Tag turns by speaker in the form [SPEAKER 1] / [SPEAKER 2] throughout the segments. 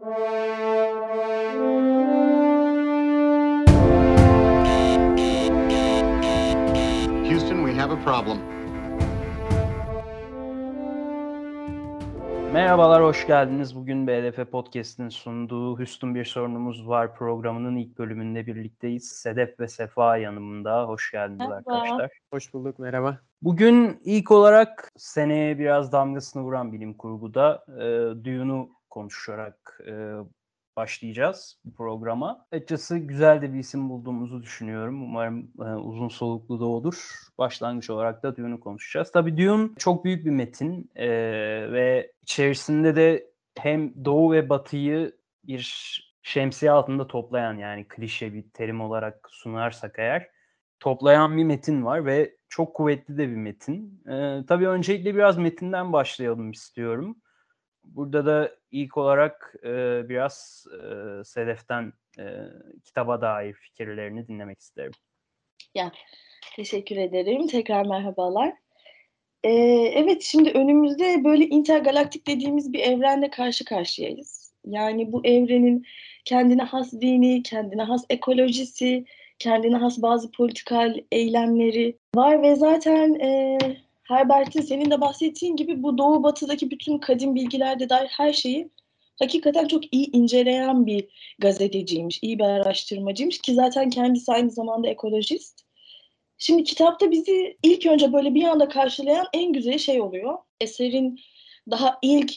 [SPEAKER 1] Houston, we have a problem.
[SPEAKER 2] Merhabalar, hoş geldiniz. Bugün BDF Podcast'in sunduğu Houston Bir Sorunumuz Var programının ilk bölümünde birlikteyiz. Sedef ve Sefa yanımda. Hoş geldiniz
[SPEAKER 3] Merhaba.
[SPEAKER 2] arkadaşlar.
[SPEAKER 4] Hoş bulduk, merhaba.
[SPEAKER 2] Bugün ilk olarak seneye biraz damgasını vuran bilim kurguda Dune'u konuşarak başlayacağız bu programa. Açıkçası güzel de bir isim bulduğumuzu düşünüyorum. Umarım uzun soluklu da olur. Başlangıç olarak da Dune'u konuşacağız. Tabii Dune çok büyük bir metin ve içerisinde de hem Doğu ve Batı'yı bir şemsiye altında toplayan, yani klişe bir terim olarak sunarsak eğer, toplayan bir metin var ve çok kuvvetli de bir metin. Tabii öncelikle biraz metinden başlayalım istiyorum. Burada da ilk olarak biraz Sedef'ten kitaba dair fikirlerini dinlemek isterim.
[SPEAKER 3] Teşekkür ederim. Tekrar merhabalar. Evet, şimdi önümüzde böyle intergalaktik dediğimiz bir evrenle karşı karşıyayız. Yani bu evrenin kendine has dini, kendine has ekolojisi, kendine has bazı politikal eylemleri var ve zaten Herbert'in senin de bahsettiğin gibi bu Doğu Batı'daki bütün kadim bilgilerde dair her şeyi hakikaten çok iyi inceleyen bir gazeteciymiş, iyi bir araştırmacıymış ki zaten kendisi aynı zamanda ekolojist. Şimdi kitapta bizi ilk önce böyle bir anda karşılayan en güzel şey oluyor. Eserin daha ilk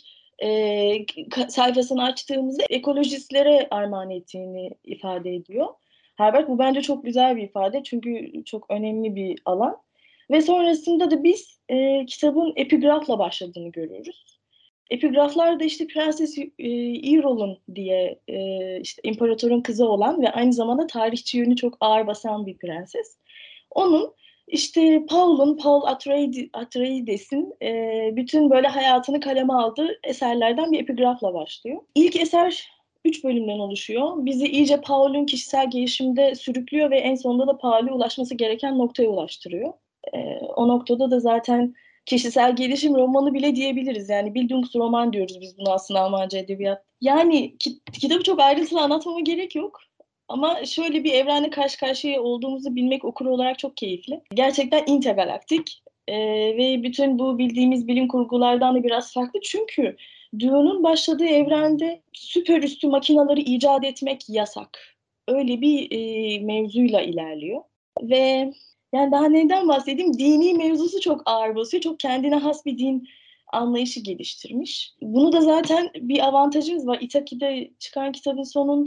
[SPEAKER 3] sayfasını açtığımızda ekolojistlere armağan ettiğini ifade ediyor. Herbert, bu bence çok güzel bir ifade çünkü çok önemli bir alan. Ve sonrasında da biz kitabın epigrafla başladığını görüyoruz. Epigraflar da işte Prenses Erol'un diye işte imparatorun kızı olan ve aynı zamanda tarihçi yönü çok ağır basan bir prenses. Onun işte Paul Atreides'in bütün böyle hayatını kaleme aldığı eserlerden bir epigrafla başlıyor. İlk eser 3 bölümden oluşuyor. Bizi iyice Paul'un kişisel gelişimde sürüklüyor ve en sonunda da Paul'e ulaşması gereken noktaya ulaştırıyor. O noktada da zaten kişisel gelişim romanı bile diyebiliriz. Yani Bildungsroman diyoruz biz bunu aslında Almanca edebiyat. Yani kitabı çok ayrıntılı anlatmama gerek yok. Ama şöyle bir evrenle karşı karşıya olduğumuzu bilmek okur olarak çok keyifli. Gerçekten intergalaktik ve bütün bu bildiğimiz bilim kurgulardan da biraz farklı. Çünkü Dune'un başladığı evrende süperüstü makinaları icat etmek yasak. Öyle bir mevzuyla ilerliyor. Ve yani daha neden bahsedeyim? Dini mevzusu çok ağır basıyor. Çok kendine has bir din anlayışı geliştirmiş. Bunu da zaten bir avantajımız var. Itaki'de çıkan kitabın sonunda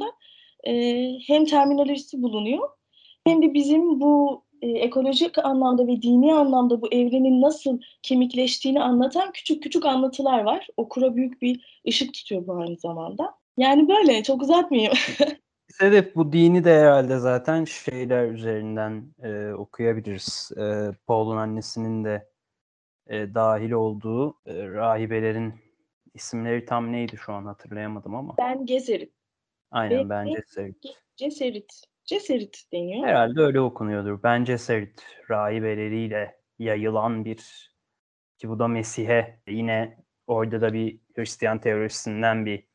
[SPEAKER 3] hem terminolojisi bulunuyor hem de bizim bu ekolojik anlamda ve dini anlamda bu evrenin nasıl kemikleştiğini anlatan küçük küçük anlatılar var. Okura büyük bir ışık tutuyor bu aynı zamanda. Yani böyle, çok uzatmayayım.
[SPEAKER 2] Sedef, bu dini de herhalde zaten şeyler üzerinden okuyabiliriz. Paul'un annesinin de dahil olduğu rahibelerin isimleri tam neydi şu an hatırlayamadım ama.
[SPEAKER 3] Ben Gesserit.
[SPEAKER 2] Aynen, bence Ceserit.
[SPEAKER 3] Ceserit deniyor.
[SPEAKER 2] Herhalde öyle okunuyordur. Bence Ceserit rahibeleriyle yayılan bir, ki bu da Mesih'e, yine orada da bir Hristiyan teorisinden bir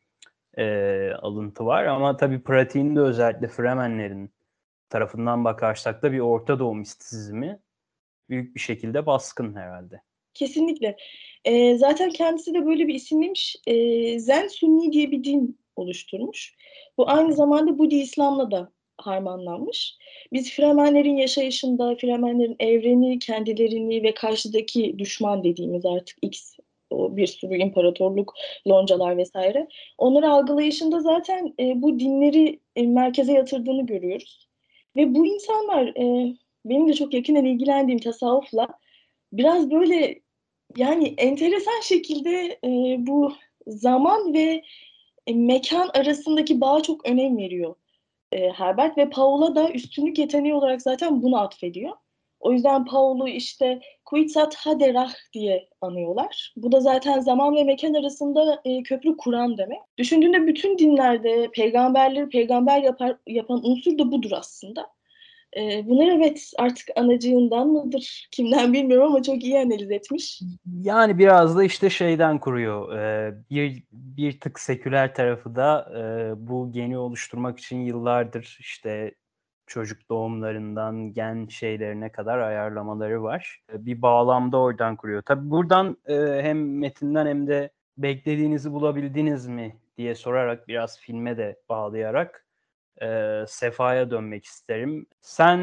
[SPEAKER 2] alıntı var. Ama tabii pratiğinde özellikle Fremenlerin tarafından bakarsak da bir Orta Doğu mistisizmi büyük bir şekilde baskın herhalde.
[SPEAKER 3] Kesinlikle. Zaten kendisi de böyle bir isimlemiş. Zen Sünni diye bir din oluşturmuş. Bu aynı zamanda Budi İslam'la da harmanlanmış. Biz Fremenlerin yaşayışında, Fremenlerin evreni, kendilerini ve karşıdaki düşman dediğimiz artık X, o bir sürü imparatorluk, loncalar vesaire. Onları algılayışında zaten bu dinleri merkeze yatırdığını görüyoruz. Ve bu insanlar benim de çok yakinen ilgilendiğim tasavvufla biraz böyle yani enteresan şekilde bu zaman ve mekan arasındaki bağa çok önem veriyor Herbert ve Paul'a da üstünlük yeteneği olarak zaten bunu atfediyor. O yüzden Paul'u işte Kuytsat Haderach diye anıyorlar. Bu da zaten zaman ve mekan arasında köprü kuran demek. Düşündüğünde bütün dinlerde peygamberleri peygamber yapan unsur da budur aslında. Bunlar evet artık anacığından mıdır, kimden bilmiyorum ama çok iyi analiz etmiş.
[SPEAKER 2] Yani biraz da işte şeyden kuruyor. Bir tık seküler tarafı da bu geni oluşturmak için yıllardır işte çocuk doğumlarından gen şeylerine kadar ayarlamaları var. Bir bağlamda oradan kuruyor. Tabii buradan hem metinden hem de beklediğinizi bulabildiniz mi diye sorarak biraz filme de bağlayarak Sefa'ya dönmek isterim. Sen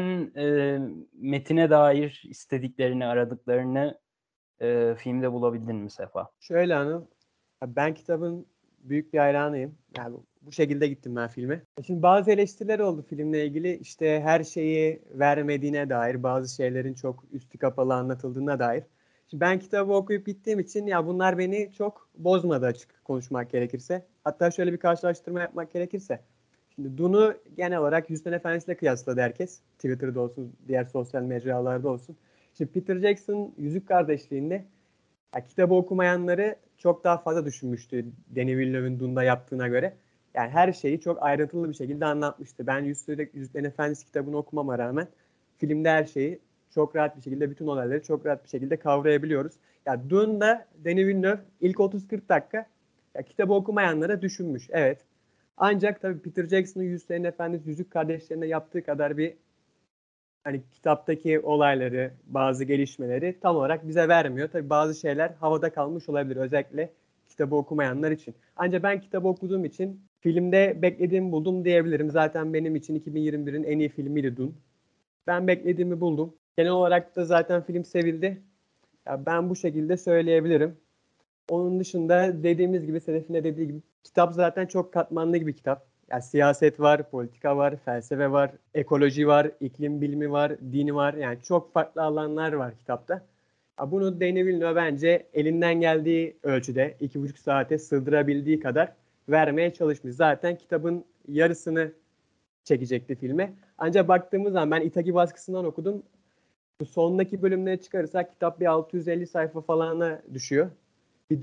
[SPEAKER 2] metine dair istediklerini, aradıklarını filmde bulabildin mi Sefa?
[SPEAKER 1] Şöyle Anıl, ben kitabın büyük bir hayranıyım. Yani bu şekilde gittim ben filme. Şimdi bazı eleştiriler oldu filmle ilgili. İşte her şeyi vermediğine dair, bazı şeylerin çok üstü kapalı anlatıldığına dair. Şimdi ben kitabı okuyup gittiğim için ya bunlar beni çok bozmadı açık konuşmak gerekirse. Hatta şöyle bir karşılaştırma yapmak gerekirse. Şimdi Dune'u genel olarak Yüzüklerin Efendisi'yle kıyasladı herkes. Twitter'da olsun, diğer sosyal mecralarda olsun. Şimdi Peter Jackson Yüzük Kardeşliği'nde ya, kitabı okumayanları çok daha fazla düşünmüştü Denis Villeneuve'ün Dune'da yaptığına göre. Yani her şeyi çok ayrıntılı bir şekilde anlatmıştı. Ben Yüzüklerin Efendisi kitabını okumama rağmen filmde her şeyi çok rahat bir şekilde, bütün olayları çok rahat bir şekilde kavrayabiliyoruz. Ya Dune'da Denis Villeneuve ilk 30-40 dakika ya, kitabı okumayanlara düşünmüş. Evet. Ancak tabii Peter Jackson'ın Yüzüklerin Efendisi Yüzük Kardeşlerine yaptığı kadar bir hani kitaptaki olayları, bazı gelişmeleri tam olarak bize vermiyor. Tabii bazı şeyler havada kalmış olabilir. Özellikle kitabı okumayanlar için. Ancak ben kitabı okuduğum için filmde beklediğimi buldum diyebilirim. Zaten benim için 2021'in en iyi filmiydi Dune. Ben beklediğimi buldum. Genel olarak da zaten film sevildi. Ya ben bu şekilde söyleyebilirim. Onun dışında dediğimiz gibi, Sedef'in de dediği gibi kitap zaten çok katmanlı bir kitap. Yani siyaset var, politika var, felsefe var, ekoloji var, iklim bilimi var, din var. Yani çok farklı alanlar var kitapta. Ya bunu Denis Villeneuve bence elinden geldiği ölçüde 2,5 saate sığdırabildiği kadar vermeye çalışmış. Zaten kitabın yarısını çekecekti filme. Ancak baktığımız zaman ben İtagi baskısından okudum. Bu sondaki bölümleri çıkarırsak kitap bir 650 sayfa falana düşüyor. Bir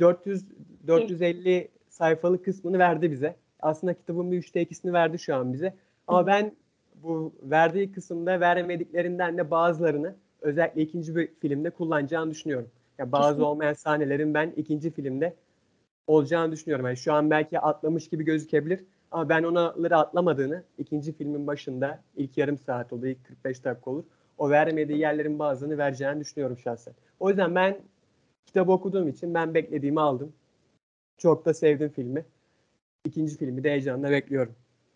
[SPEAKER 1] 400-450 sayfalık kısmını verdi bize. Aslında kitabın bir 2/3'ünü verdi şu an bize. Ama ben bu verdiği kısımda veremediklerinden de bazılarını özellikle ikinci bir filmde kullanacağını düşünüyorum. Yani bazı olmayan sahnelerin ben ikinci filmde olacağını düşünüyorum. Yani şu an belki atlamış gibi gözükebilir ama ben onları atlamadığını, ikinci filmin başında ilk yarım saat olur, ilk 45 dakika olur. O vermediği yerlerin bazılarını vereceğini düşünüyorum şahsen. O yüzden ben kitabı okuduğum için ben beklediğimi aldım. Çok da sevdim filmi. İkinci filmi de heyecanla bekliyorum.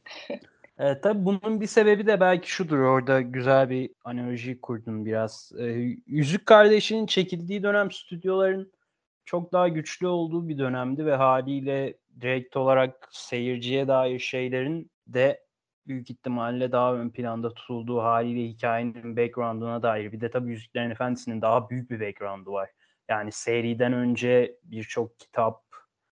[SPEAKER 2] Tabii bunun bir sebebi de belki şudur. Orada güzel bir analoji kurdun biraz. Yüzük Kardeşi'nin çekildiği dönem stüdyoların çok daha güçlü olduğu bir dönemdi ve haliyle direkt olarak seyirciye dair şeylerin de büyük ihtimalle daha ön planda tutulduğu, haliyle hikayenin background'una dair. Bir de tabii Yüzüklerin Efendisi'nin daha büyük bir background'u var. Yani seriden önce birçok kitap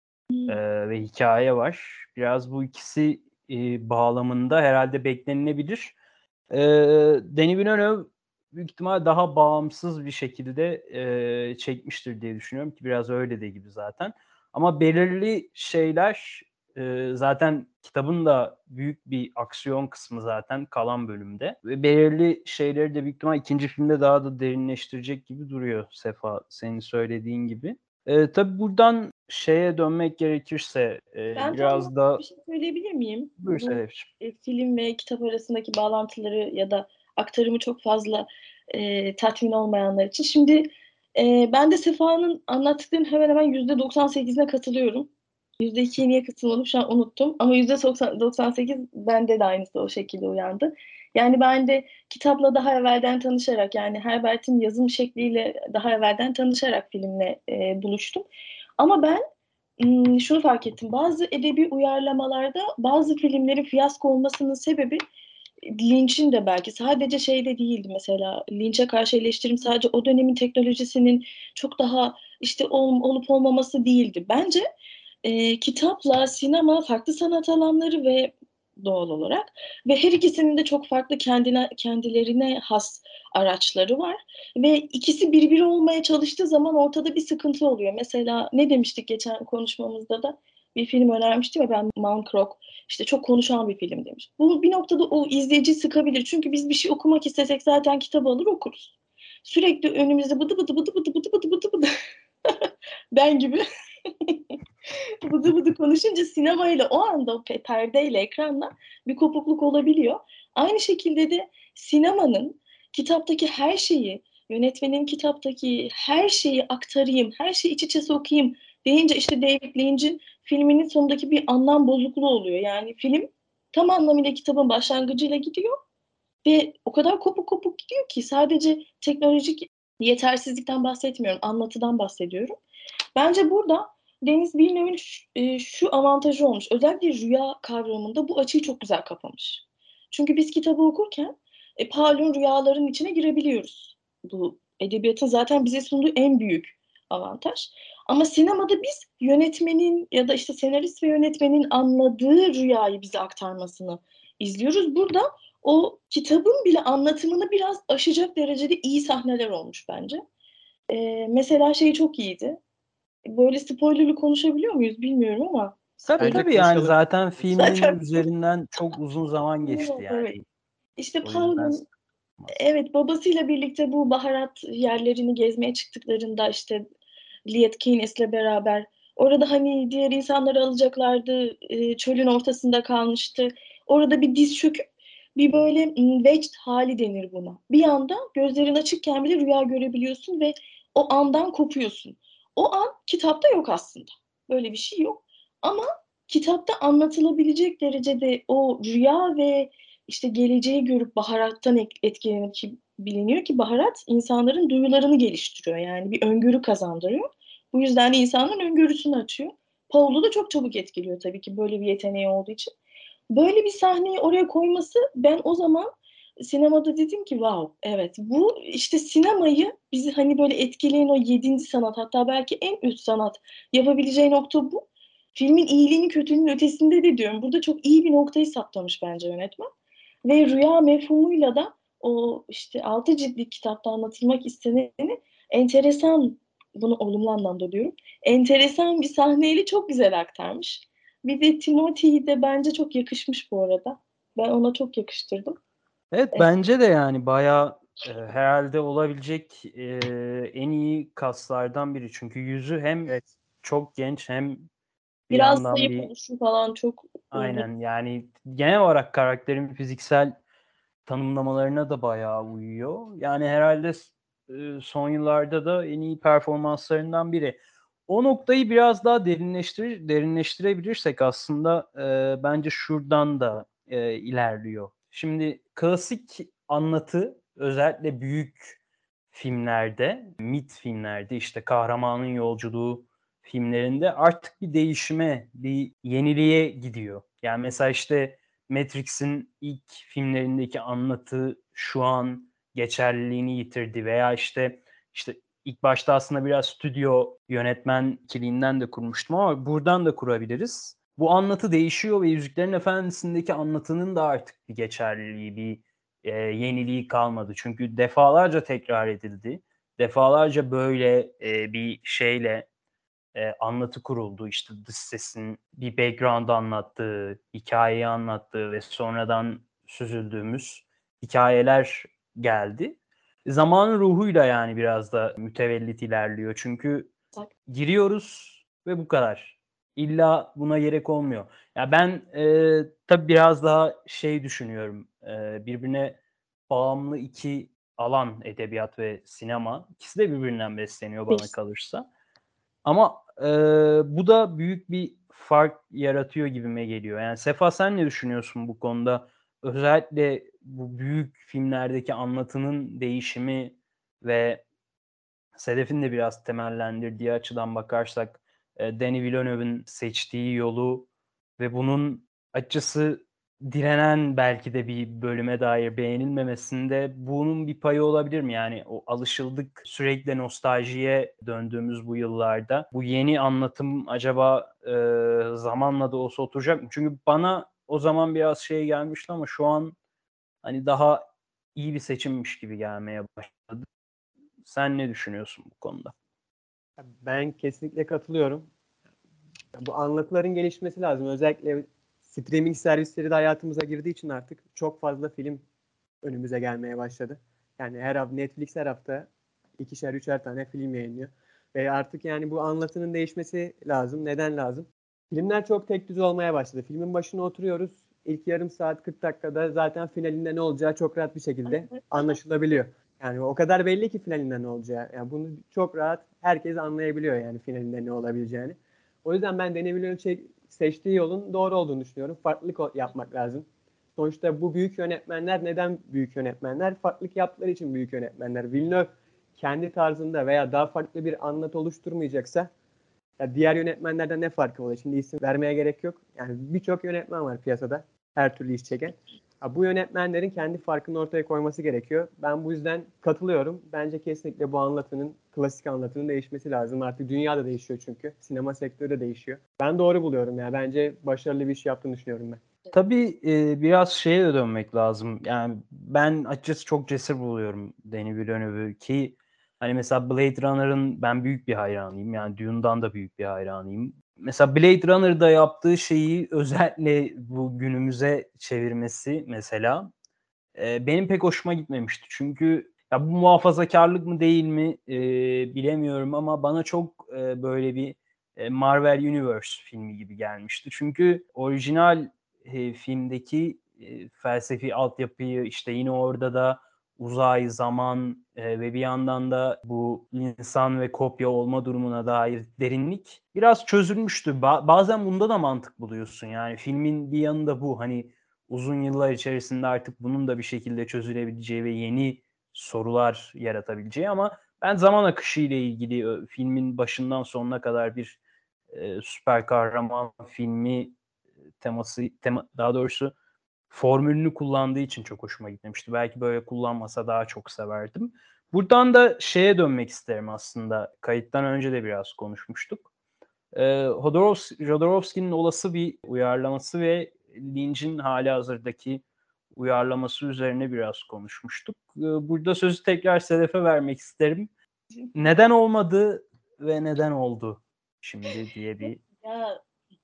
[SPEAKER 2] ve hikaye var. Biraz bu ikisi bağlamında herhalde beklenilebilir. Denis Villeneuve büyük ihtimal daha bağımsız bir şekilde çekmiştir diye düşünüyorum ki biraz öyle de gibi zaten. Ama belirli şeyler zaten kitabın da büyük bir aksiyon kısmı zaten kalan bölümde. Ve belirli şeyleri de büyük ihtimal ikinci filmde daha da derinleştirecek gibi duruyor Sefa, senin söylediğin gibi. Tabii buradan şeye dönmek gerekirse
[SPEAKER 3] Ben tam
[SPEAKER 2] biraz da
[SPEAKER 3] bir şey söyleyebilir miyim?
[SPEAKER 2] buyur
[SPEAKER 3] Bu
[SPEAKER 2] Sedefciğim.
[SPEAKER 3] film ve kitap arasındaki bağlantıları ya da aktarımı çok fazla tatmin olmayanlar için. Şimdi ben de Sefa'nın anlattıklarının hemen hemen %98'ine katılıyorum. %2'ye niye katılmadım şu an unuttum. Ama %98 bende de aynısı o şekilde uyandı. Yani ben de kitapla daha evvelden tanışarak yani Herbert'in yazım şekliyle daha evvelden tanışarak filmle buluştum. Ama ben şunu fark ettim. Bazı edebi uyarlamalarda bazı filmlerin fiyasko olmasının sebebi Lynch'in de belki sadece şeyde değildi mesela Lynch'e karşı eleştirim sadece o dönemin teknolojisinin çok daha işte olup olmaması değildi. Bence kitapla sinema farklı sanat alanları ve doğal olarak ve her ikisinin de çok farklı kendilerine has araçları var ve ikisi birbiri olmaya çalıştığı zaman ortada bir sıkıntı oluyor. Mesela ne demiştik geçen konuşmamızda da bir film önermişti ve ben Mankrok işte çok konuşan bir film demiş. Bu bir noktada o izleyici sıkabilir. Çünkü biz bir şey okumak istesek zaten kitabı alır okuruz. Sürekli önümüzde bıdı bıdı bıdı bıdı bıdı bıdı bıdı bıdı ben gibi bıdı bıdı konuşunca sinemayla o anda o perdeyle ekranla bir kopukluk olabiliyor. Aynı şekilde de sinemanın kitaptaki her şeyi, yönetmenin kitaptaki her şeyi aktarayım, her şeyi iç içe sokayım deyince işte David Lynch'in filminin sonundaki bir anlam bozukluğu oluyor. Yani film tam anlamıyla kitabın başlangıcıyla gidiyor ve o kadar kopuk kopuk gidiyor ki sadece teknolojik yetersizlikten bahsetmiyorum, anlatıdan bahsediyorum. Bence burada Denis Villeneuve'ün şu avantajı olmuş. Özellikle rüya kavramında bu açıyı çok güzel kapamış. Çünkü biz kitabı okurken Paul'un rüyaların içine girebiliyoruz. Bu edebiyatın zaten bize sunduğu en büyük avantaj. Ama sinemada biz yönetmenin ya da işte senarist ve yönetmenin anladığı rüyayı bize aktarmasını izliyoruz. Burada o kitabın bile anlatımını biraz aşacak derecede iyi sahneler olmuş bence. Mesela şey çok iyiydi. Böyle spoilerlı konuşabiliyor muyuz bilmiyorum ama
[SPEAKER 2] Tabii
[SPEAKER 1] Bence
[SPEAKER 2] tabii, yani
[SPEAKER 1] konuşalım.
[SPEAKER 2] zaten filmin
[SPEAKER 3] zaten
[SPEAKER 2] üzerinden çok uzun zaman geçti
[SPEAKER 3] evet.
[SPEAKER 2] yani.
[SPEAKER 3] İşte
[SPEAKER 2] O yüzden
[SPEAKER 3] Paul'un
[SPEAKER 2] sıkılmaz.
[SPEAKER 3] evet babasıyla birlikte bu baharat yerlerini gezmeye çıktıklarında işte Liet Kynes'le beraber orada hani diğer insanları alacaklardı, çölün ortasında kalmıştı. Orada bir diz çöküp bir böyle vecd hali denir buna. Bir anda gözlerin açıkken bile rüya görebiliyorsun ve o andan kopuyorsun. O an kitapta yok aslında. Böyle bir şey yok. Ama kitapta anlatılabilecek derecede o rüya ve işte geleceği görüp baharattan etkilenip ki biliniyor ki baharat insanların duyularını geliştiriyor. Yani bir öngörü kazandırıyor. Bu yüzden de insanların öngörüsünü açıyor. Paul'u da çok çabuk etkiliyor tabii ki böyle bir yeteneği olduğu için. Böyle bir sahneyi oraya koyması ben o zaman sinemada dedim ki wow evet bu işte sinemayı bizi hani böyle etkileyen o yedinci sanat hatta belki en üst sanat yapabileceği nokta bu. Filmin iyiliğinin kötülüğünün ötesinde de diyorum. Burada çok iyi bir noktayı saptamış bence yönetmen. Ve rüya mefhumuyla da o işte 6 ciltlik kitapta anlatılmak isteneni enteresan, bunu olumlu anlamda diyorum, enteresan bir sahneyle çok güzel aktarmış. Bir de Timothy'yi de bence çok yakışmış bu arada. Ben ona çok yakıştırdım.
[SPEAKER 2] Evet,
[SPEAKER 3] E,
[SPEAKER 2] bence de yani bayağı herhalde olabilecek en iyi kaslardan biri. Çünkü yüzü hem
[SPEAKER 1] Evet.
[SPEAKER 2] çok genç hem bir
[SPEAKER 3] Biraz
[SPEAKER 2] yandan
[SPEAKER 3] zayıf
[SPEAKER 2] bir,
[SPEAKER 3] oluşu falan çok uygun.
[SPEAKER 2] aynen yani genel olarak karakterin fiziksel tanımlamalarına da bayağı uyuyor. Yani herhalde son yıllarda da en iyi performanslarından biri. O noktayı biraz daha derinleştirebilirsek aslında bence şuradan da ilerliyor. Şimdi klasik anlatı özellikle büyük filmlerde, mit filmlerde işte kahramanın yolculuğu filmlerinde artık bir değişime, bir yeniliğe gidiyor. Yani mesela işte Matrix'in ilk filmlerindeki anlatı şu an geçerliliğini yitirdi veya işte ilk başta aslında biraz stüdyo yönetmen ikiliğinden de kurmuştum ama buradan da kurabiliriz. Bu anlatı değişiyor ve Yüzüklerin Efendisi'ndeki anlatının da artık bir geçerliliği, bir yeniliği kalmadı. Çünkü defalarca tekrar edildi. Defalarca böyle bir şeyle anlatı kuruldu. İşte dış sesin bir background anlattığı, hikayeyi anlattığı ve sonradan süzüldüğümüz hikayeler geldi. Zamanın ruhuyla yani biraz da mütevellit ilerliyor. Çünkü giriyoruz ve bu kadar. İlla buna gerek olmuyor. Ya ben tabii biraz daha şey düşünüyorum. Birbirine bağımlı iki alan edebiyat ve sinema. İkisi de birbirinden besleniyor bana kalırsa. Ama bu da büyük bir fark yaratıyor gibime geliyor. Yani Sefa, sen ne düşünüyorsun bu konuda? Özellikle bu büyük filmlerdeki anlatının değişimi ve Sedef'in de biraz temellendirdiği açıdan bakarsak Denis Villeneuve'ın seçtiği yolu ve bunun açıkçası direnen belki de bir bölüme dair beğenilmemesinde bunun bir payı olabilir mi? Yani o alışıldık sürekli nostaljiye döndüğümüz bu yıllarda bu yeni anlatım acaba zamanla da olsa oturacak mı? Çünkü bana o zaman biraz şey gelmişti ama şu an hani daha iyi bir seçimmiş gibi gelmeye başladı. Sen ne düşünüyorsun bu konuda?
[SPEAKER 1] Ben kesinlikle katılıyorum. Bu anlatıların gelişmesi lazım. Özellikle streaming servisleri de hayatımıza girdiği için artık çok fazla film önümüze gelmeye başladı. Yani her hafta Netflix her hafta ikişer üçer tane film yayınlıyor. Ve artık yani bu anlatının değişmesi lazım. Neden lazım? Filmler çok tek düze olmaya başladı. Filmin başına oturuyoruz. İlk yarım saat 40 dakikada zaten finalinde ne olacağı çok rahat bir şekilde anlaşılabiliyor. Yani o kadar belli ki finalinde ne olacağı. Yani bunu çok rahat herkes anlayabiliyor yani finalinde ne olabileceğini. O yüzden ben Denis Villeneuve'ın seçtiği yolun doğru olduğunu düşünüyorum. Farklılık yapmak lazım. Sonuçta bu büyük yönetmenler neden büyük yönetmenler? Farklılık yaptıkları için büyük yönetmenler. Villeneuve kendi tarzında veya daha farklı bir anlatı oluşturmayacaksa ya diğer yönetmenlerden ne farkı oluyor? Şimdi isim vermeye gerek yok. Yani birçok yönetmen var piyasada. Her türlü iş çeken. Ya bu yönetmenlerin kendi farkını ortaya koyması gerekiyor. Ben bu yüzden katılıyorum. Bence kesinlikle bu anlatının, klasik anlatının değişmesi lazım. Artık dünya da değişiyor çünkü. Sinema sektörü de değişiyor. Ben doğru buluyorum ya. Bence başarılı bir iş yaptığını düşünüyorum ben.
[SPEAKER 2] Tabii biraz şeye de dönmek lazım. Yani ben açıkçası çok cesur buluyorum Denis Villeneuve'ü ki hani mesela Blade Runner'ın ben büyük bir hayranıyım. Yani Dune'dan da büyük bir hayranıyım. Mesela Blade Runner'da yaptığı şeyi özellikle bu günümüze çevirmesi mesela benim pek hoşuma gitmemişti. Çünkü ya bu muhafazakarlık mı değil mi bilemiyorum ama bana çok böyle bir Marvel Universe filmi gibi gelmişti. Çünkü orijinal filmdeki felsefi altyapıyı işte yine orada da uzay, zaman ve bir yandan da bu insan ve kopya olma durumuna dair derinlik biraz çözülmüştü. Bazen bunda da mantık buluyorsun. Yani filmin bir yanı da bu. Hani uzun yıllar içerisinde artık bunun da bir şekilde çözülebileceği ve yeni sorular yaratabileceği ama ben zaman akışı ile ilgili filmin başından sonuna kadar bir süper kahraman filmi daha doğrusu formülünü kullandığı için çok hoşuma gitmemişti. Belki böyle kullanmasa daha çok severdim. Buradan da şeye dönmek isterim aslında. Kayıttan önce de biraz konuşmuştuk. Jodorowsky'nin olası bir uyarlaması ve Lynch'in halihazırdaki uyarlaması üzerine biraz konuşmuştuk. Burada sözü tekrar Sedef'e vermek isterim. Neden olmadı ve neden oldu şimdi diye bir...
[SPEAKER 3] Ya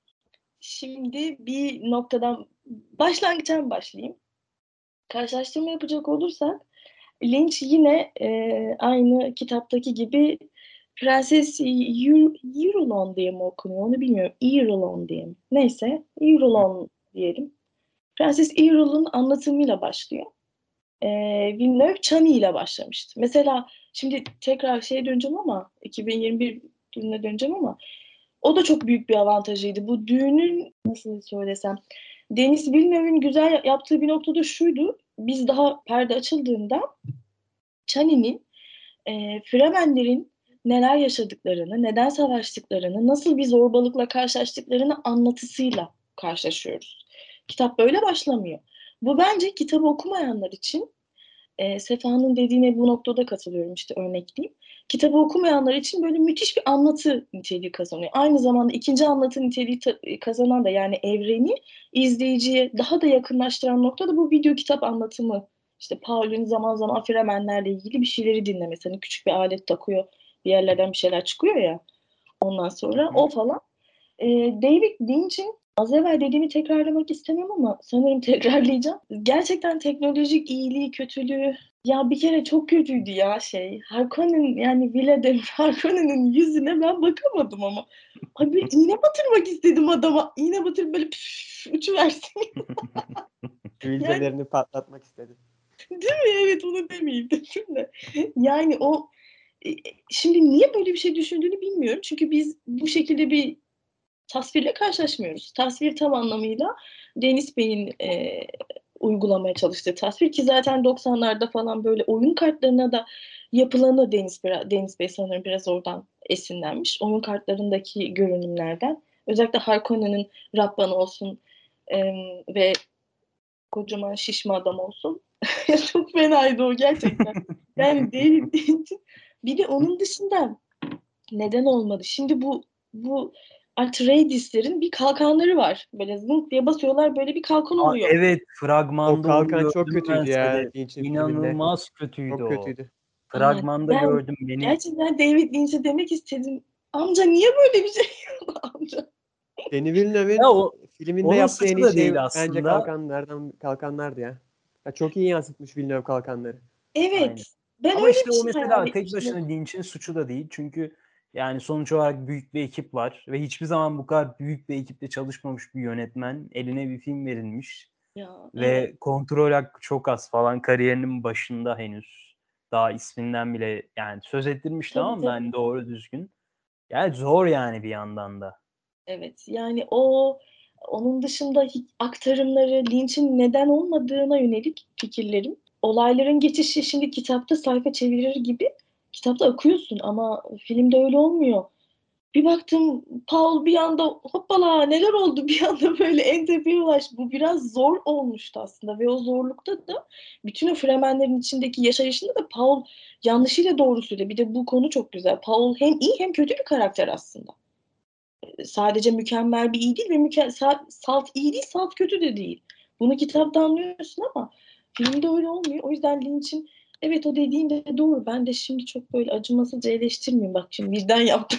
[SPEAKER 3] şimdi bir noktadan başlangıçtan başlayayım. Karşılaştırma yapacak olursak Lynch yine aynı kitaptaki gibi Prenses Irulan diye mi okunuyor onu bilmiyorum. Irulan diye mi? Neyse Irulan diyelim. Prenses Irulan'ın anlatımıyla başlıyor. Villeneuve Chani ile başlamıştı. Mesela şimdi tekrar şeye döneceğim ama 2021 yılına döneceğim ama o da çok büyük bir avantajıydı. Bu düğünün nasıl söylesem Denis Villeneuve'ün güzel yaptığı bir noktada şuydu. Biz daha perde açıldığında Chani'nin Fremenlerin neler yaşadıklarını, neden savaştıklarını, nasıl bir zorbalıkla karşılaştıklarını anlatısıyla karşılaşıyoruz. Kitap böyle başlamıyor. Bu bence kitabı okumayanlar için Sefa'nın dediğine bu noktada katılıyorum işte örnekleyeyim. Kitabı okumayanlar için böyle müthiş bir anlatı niteliği kazanıyor. Aynı zamanda ikinci anlatı niteliği kazanan da yani evreni izleyiciye daha da yakınlaştıran noktada bu video kitap anlatımı. İşte Paul'ün zaman zaman Fremenlerle ilgili bir şeyleri dinlemesi. Hani küçük bir alet takıyor, bir yerlerden bir şeyler çıkıyor ya. Ondan sonra o falan. David Lynch'in az evvel dediğimi tekrarlamak istemem ama sanırım tekrarlayacağım. Gerçekten teknolojik iyiliği, kötülüğü ya bir kere çok kötüydü ya şey. Harkonnen yani Vladimir Harkonnen'in yüzüne ben bakamadım ama. Abi iğne batırmak istedim adama. İğne batırıp böyle uçuversin. Yani
[SPEAKER 1] Sivilcelerini patlatmak istedim.
[SPEAKER 3] değil mi? Evet onu demeyeyim dedim de. Yani o şimdi niye böyle bir şey düşündüğünü bilmiyorum. Çünkü biz bu şekilde bir tasvirle karşılaşmıyoruz. Tasvir tam anlamıyla Deniz Bey'in uygulamaya çalıştığı tasvir ki zaten 90'larda falan böyle oyun kartlarına da yapılanı Deniz Bey sanırım biraz oradan esinlenmiş. Oyun kartlarındaki görünümlerden. Özellikle Harkonnen'in Rabban olsun ve kocaman şişme adam olsun. Çok fenaydı o gerçekten. Yani David Lynch'in bir de onun dışında neden olmadı? Şimdi bu Atreides'lerin bir kalkanları var. Böyle zınk diye basıyorlar böyle bir kalkan oluyor.
[SPEAKER 2] Evet,
[SPEAKER 1] O
[SPEAKER 2] fragmanda onu
[SPEAKER 1] kalkan çok
[SPEAKER 2] gördüm ben
[SPEAKER 1] kötüydü ya
[SPEAKER 2] Sedef.
[SPEAKER 1] Lynch'in filminde.
[SPEAKER 2] İnanılmaz kötüydü
[SPEAKER 1] Çok
[SPEAKER 2] o.
[SPEAKER 1] kötüydü.
[SPEAKER 3] Aa,
[SPEAKER 2] Fragmanda
[SPEAKER 3] ben
[SPEAKER 2] gördüm beni.
[SPEAKER 3] gerçekten David Lynch'e demek istedim. Amca niye böyle bir şey yaptın amca?
[SPEAKER 1] Denis
[SPEAKER 2] Ya
[SPEAKER 1] Villeneuve'in filminde
[SPEAKER 2] onun
[SPEAKER 1] yaptığı en
[SPEAKER 2] suçu
[SPEAKER 1] iyi
[SPEAKER 2] da
[SPEAKER 1] şey
[SPEAKER 2] değil
[SPEAKER 1] bence
[SPEAKER 2] aslında.
[SPEAKER 1] kalkanlardı ya. Ya çok iyi yansıtmış Villeneuve kalkanları.
[SPEAKER 2] Aynen.
[SPEAKER 3] Evet. Ben
[SPEAKER 2] Ama
[SPEAKER 3] öyle
[SPEAKER 2] işte
[SPEAKER 3] bir
[SPEAKER 2] o
[SPEAKER 3] şey hayal
[SPEAKER 2] mesela tek
[SPEAKER 3] etmiştim.
[SPEAKER 2] başına Lynch'in suçu da değil. Çünkü yani sonuç olarak büyük bir ekip var ve hiçbir zaman bu kadar büyük bir ekiple çalışmamış bir yönetmen. Eline bir film verilmiş
[SPEAKER 3] Ya evet.
[SPEAKER 2] ve kontrol hakkı çok az falan, kariyerinin başında henüz. Daha isminden bile yani söz ettirmiş,
[SPEAKER 3] Tabii
[SPEAKER 2] tamam mı?
[SPEAKER 3] tabii.
[SPEAKER 2] Hani doğru düzgün. Yani zor yani bir yandan da.
[SPEAKER 3] Evet. Yani onun dışında aktarımları, linçin neden olmadığına yönelik fikirlerim. Olayların geçişi şimdi kitapta sayfa çevirir gibi kitapta akıyorsun ama filmde öyle olmuyor. Bir baktım Paul bir anda hoppala neler oldu bir anda böyle en tepeye ulaştı. Bu biraz zor olmuştu aslında ve o zorlukta da bütün o Fremenlerin içindeki yaşayışında da Paul yanlışıyla doğrusuyla bir de bu konu çok güzel. Paul hem iyi hem kötü bir karakter aslında. Sadece mükemmel bir iyi değil ve salt iyi değil salt kötü de değil. Bunu kitapta anlıyorsun ama filmde öyle olmuyor. O yüzden Lynch'in evet o dediğin de doğru. Ben de şimdi çok böyle acımasızca eleştirmeyeyim. Bak şimdi birden yaptım.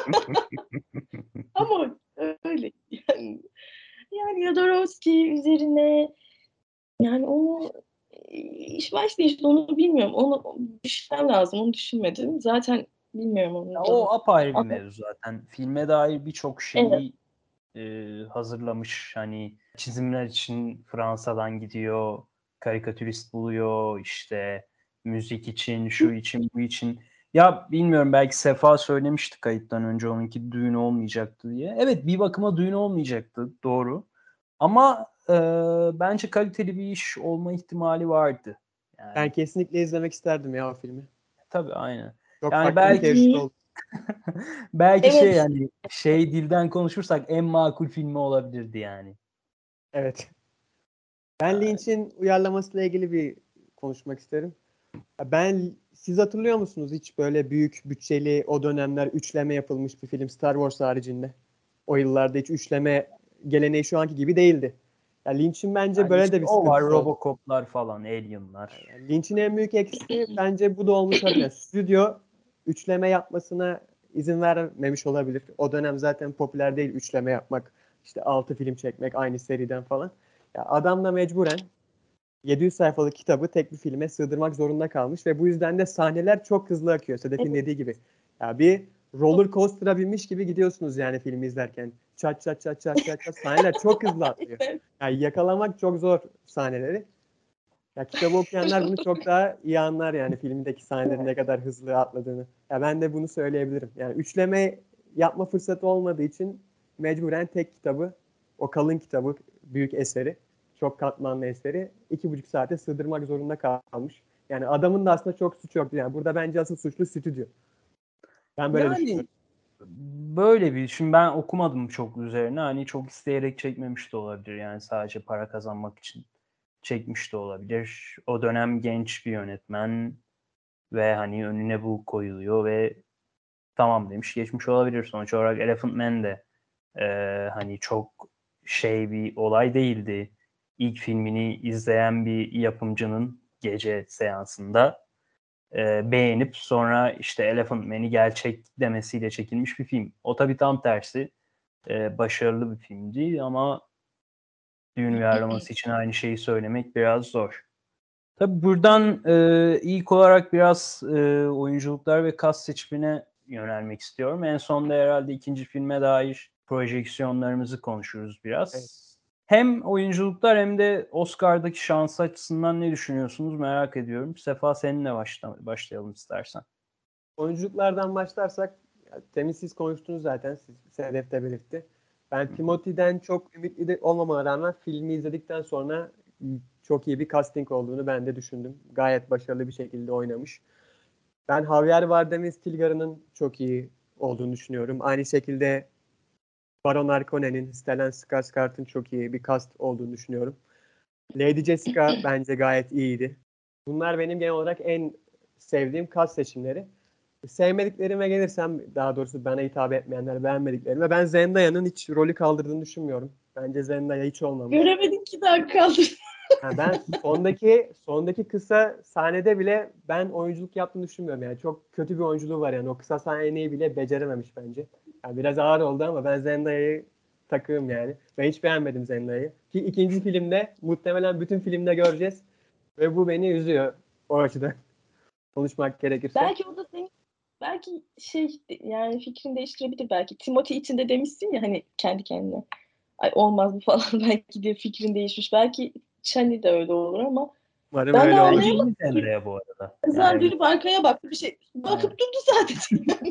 [SPEAKER 3] Ama öyle yani, yani Jodorowsky üzerine yani onu iş başlayış onu bilmiyorum. Onu düşünmem lazım. Onu düşünmedim. Zaten bilmiyorum
[SPEAKER 2] Ya
[SPEAKER 3] onu da.
[SPEAKER 2] o apayrı bir
[SPEAKER 3] Ama
[SPEAKER 2] mevzu zaten. Filme dair birçok
[SPEAKER 3] evet.
[SPEAKER 2] şeyi hazırlamış. Hani çizimler için Fransa'dan gidiyor, karikatürist buluyor, işte müzik için, şu için, bu için. Ya bilmiyorum, belki Sefa söylemişti kayıttan önce onunki düğün olmayacaktı diye. Evet, bir bakıma düğün olmayacaktı, doğru. Ama bence kaliteli bir iş olma ihtimali vardı.
[SPEAKER 1] Ben
[SPEAKER 2] Yani
[SPEAKER 1] kesinlikle izlemek isterdim ya o filmi.
[SPEAKER 2] tabii, aynen.
[SPEAKER 1] Çok
[SPEAKER 2] Yani
[SPEAKER 1] farklı bir tecrübe
[SPEAKER 3] Peki
[SPEAKER 1] oldu.
[SPEAKER 2] belki şey,
[SPEAKER 3] evet.
[SPEAKER 2] yani şey, dilden konuşursak en makul filmi olabilirdi yani.
[SPEAKER 1] Evet. Ben Lynch'in uyarlamasıyla ilgili bir konuşmak isterim. Siz hatırlıyor musunuz hiç böyle büyük bütçeli o dönemler üçleme yapılmış bir film Star Wars haricinde? O yıllarda hiç üçleme geleneği şu anki gibi değildi. Ya Lynch'in bence
[SPEAKER 2] Yani
[SPEAKER 1] böyle
[SPEAKER 2] işte
[SPEAKER 1] de bir
[SPEAKER 2] o var,
[SPEAKER 1] sıkıntısı oldu.
[SPEAKER 2] Robocop'lar falan, Alien'lar.
[SPEAKER 1] Yani Lynch'in en büyük eksisi bence bu da olmuş olabilir. Yani stüdyo üçleme yapmasına izin vermemiş olabilir. O dönem zaten popüler değil üçleme yapmak. İşte 6 film çekmek aynı seriden falan. Ya adam da mecburen 700 sayfalık kitabı tek bir filme sığdırmak zorunda kalmış ve bu yüzden de sahneler çok hızlı akıyor. Sedef'in
[SPEAKER 3] Evet.
[SPEAKER 1] dediği gibi. Ya bir roller coaster'a binmiş gibi gidiyorsunuz yani filmi izlerken. Çat çat çat çat çat çat sahneler çok hızlı atlıyor. Yani yakalamak çok zor sahneleri. Ya kitabı okuyanlar bunu çok daha iyi anlar yani filmdeki sahnelerin ne kadar hızlı atladığını. Ya ben de bunu söyleyebilirim. Yani üçleme yapma fırsatı olmadığı için mecburen tek kitabı, o kalın kitabı, büyük eseri, çok katmanlı eseri 2,5 saate sığdırmak zorunda kalmış. Yani adamın da aslında çok suçu yoktu. Yani burada bence asıl suçlu stüdyo. Ben böyle
[SPEAKER 2] Yani
[SPEAKER 1] düşünüyorum.
[SPEAKER 2] böyle bir, şimdi ben okumadım çok üzerine, hani çok isteyerek çekmemiş de olabilir, yani sadece para kazanmak için çekmiş de olabilir. O dönem genç bir yönetmen ve hani önüne bu koyuluyor ve tamam demiş geçmiş olabilir. Sonuç olarak Elephant Man de hani çok şey bir olay değildi. İlk filmini izleyen bir yapımcının gece seansında beğenip sonra işte Elephant Man'i gerçek demesiyle çekilmiş bir film. O tabii tam tersi. Başarılı bir filmdi ama düğün uyarlaması için aynı şeyi söylemek biraz zor. Tabii buradan ilk olarak biraz oyunculuklar ve kas seçimine yönelmek istiyorum. En sonda herhalde ikinci filme dair projeksiyonlarımızı konuşuruz
[SPEAKER 1] Evet.
[SPEAKER 2] biraz. Hem oyunculuklar hem de Oscar'daki şans açısından ne düşünüyorsunuz merak ediyorum. Sefa, seninle başlayalım istersen.
[SPEAKER 1] Oyunculuklardan başlarsak demin siz konuştunuz zaten. Sedef de belirtti. Ben
[SPEAKER 2] Hı hı.
[SPEAKER 1] Timothy'den çok ümitli de olmama rağmen filmi izledikten sonra çok iyi bir casting olduğunu ben de düşündüm. Gayet başarılı bir şekilde oynamış. Ben Javier Bardem'in Stilgar'ının çok iyi olduğunu düşünüyorum. Aynı şekilde Baron Harkonnen'in, Stellan Skarsgård'ın çok iyi bir cast olduğunu düşünüyorum. Lady Jessica bence gayet iyiydi. Bunlar benim genel olarak en sevdiğim cast seçimleri. Sevmediklerime gelirsem, daha doğrusu bana hitap etmeyenler, beğenmediklerime, ben Zendaya'nın hiç rolü kaldırdığını düşünmüyorum. Bence Zendaya hiç olmamış.
[SPEAKER 3] Göremedim ki daha kaldı.
[SPEAKER 1] Yani ben sondaki kısa sahnede bile ben oyunculuk yaptığını düşünmüyorum. Yani çok kötü bir oyunculuğu var yani. O kısa sahneyi bile becerememiş bence. Yani biraz ağır oldu ama ben Zendaya'yı takığım yani. Ben hiç beğenmedim Zendaya'yı. Ki ikinci filmde muhtemelen bütün filmde göreceğiz. Ve bu beni üzüyor o açıdan. Konuşmak gerekirse.
[SPEAKER 3] Belki o da senin belki yani fikrini değiştirebilir belki. Timothy için de demişsin ya hani kendi kendine. Ay olmaz bu falan belki diye fikrin değişmiş. Belki Chani de öyle olur ama
[SPEAKER 1] Umarım
[SPEAKER 3] ben de
[SPEAKER 1] öyle olur.
[SPEAKER 2] Bence
[SPEAKER 3] anlayamadım.
[SPEAKER 2] iyi Zendaya bu arada.
[SPEAKER 3] Kızlar dönüp arkaya baktı bir şey. Bakıp durdu zaten.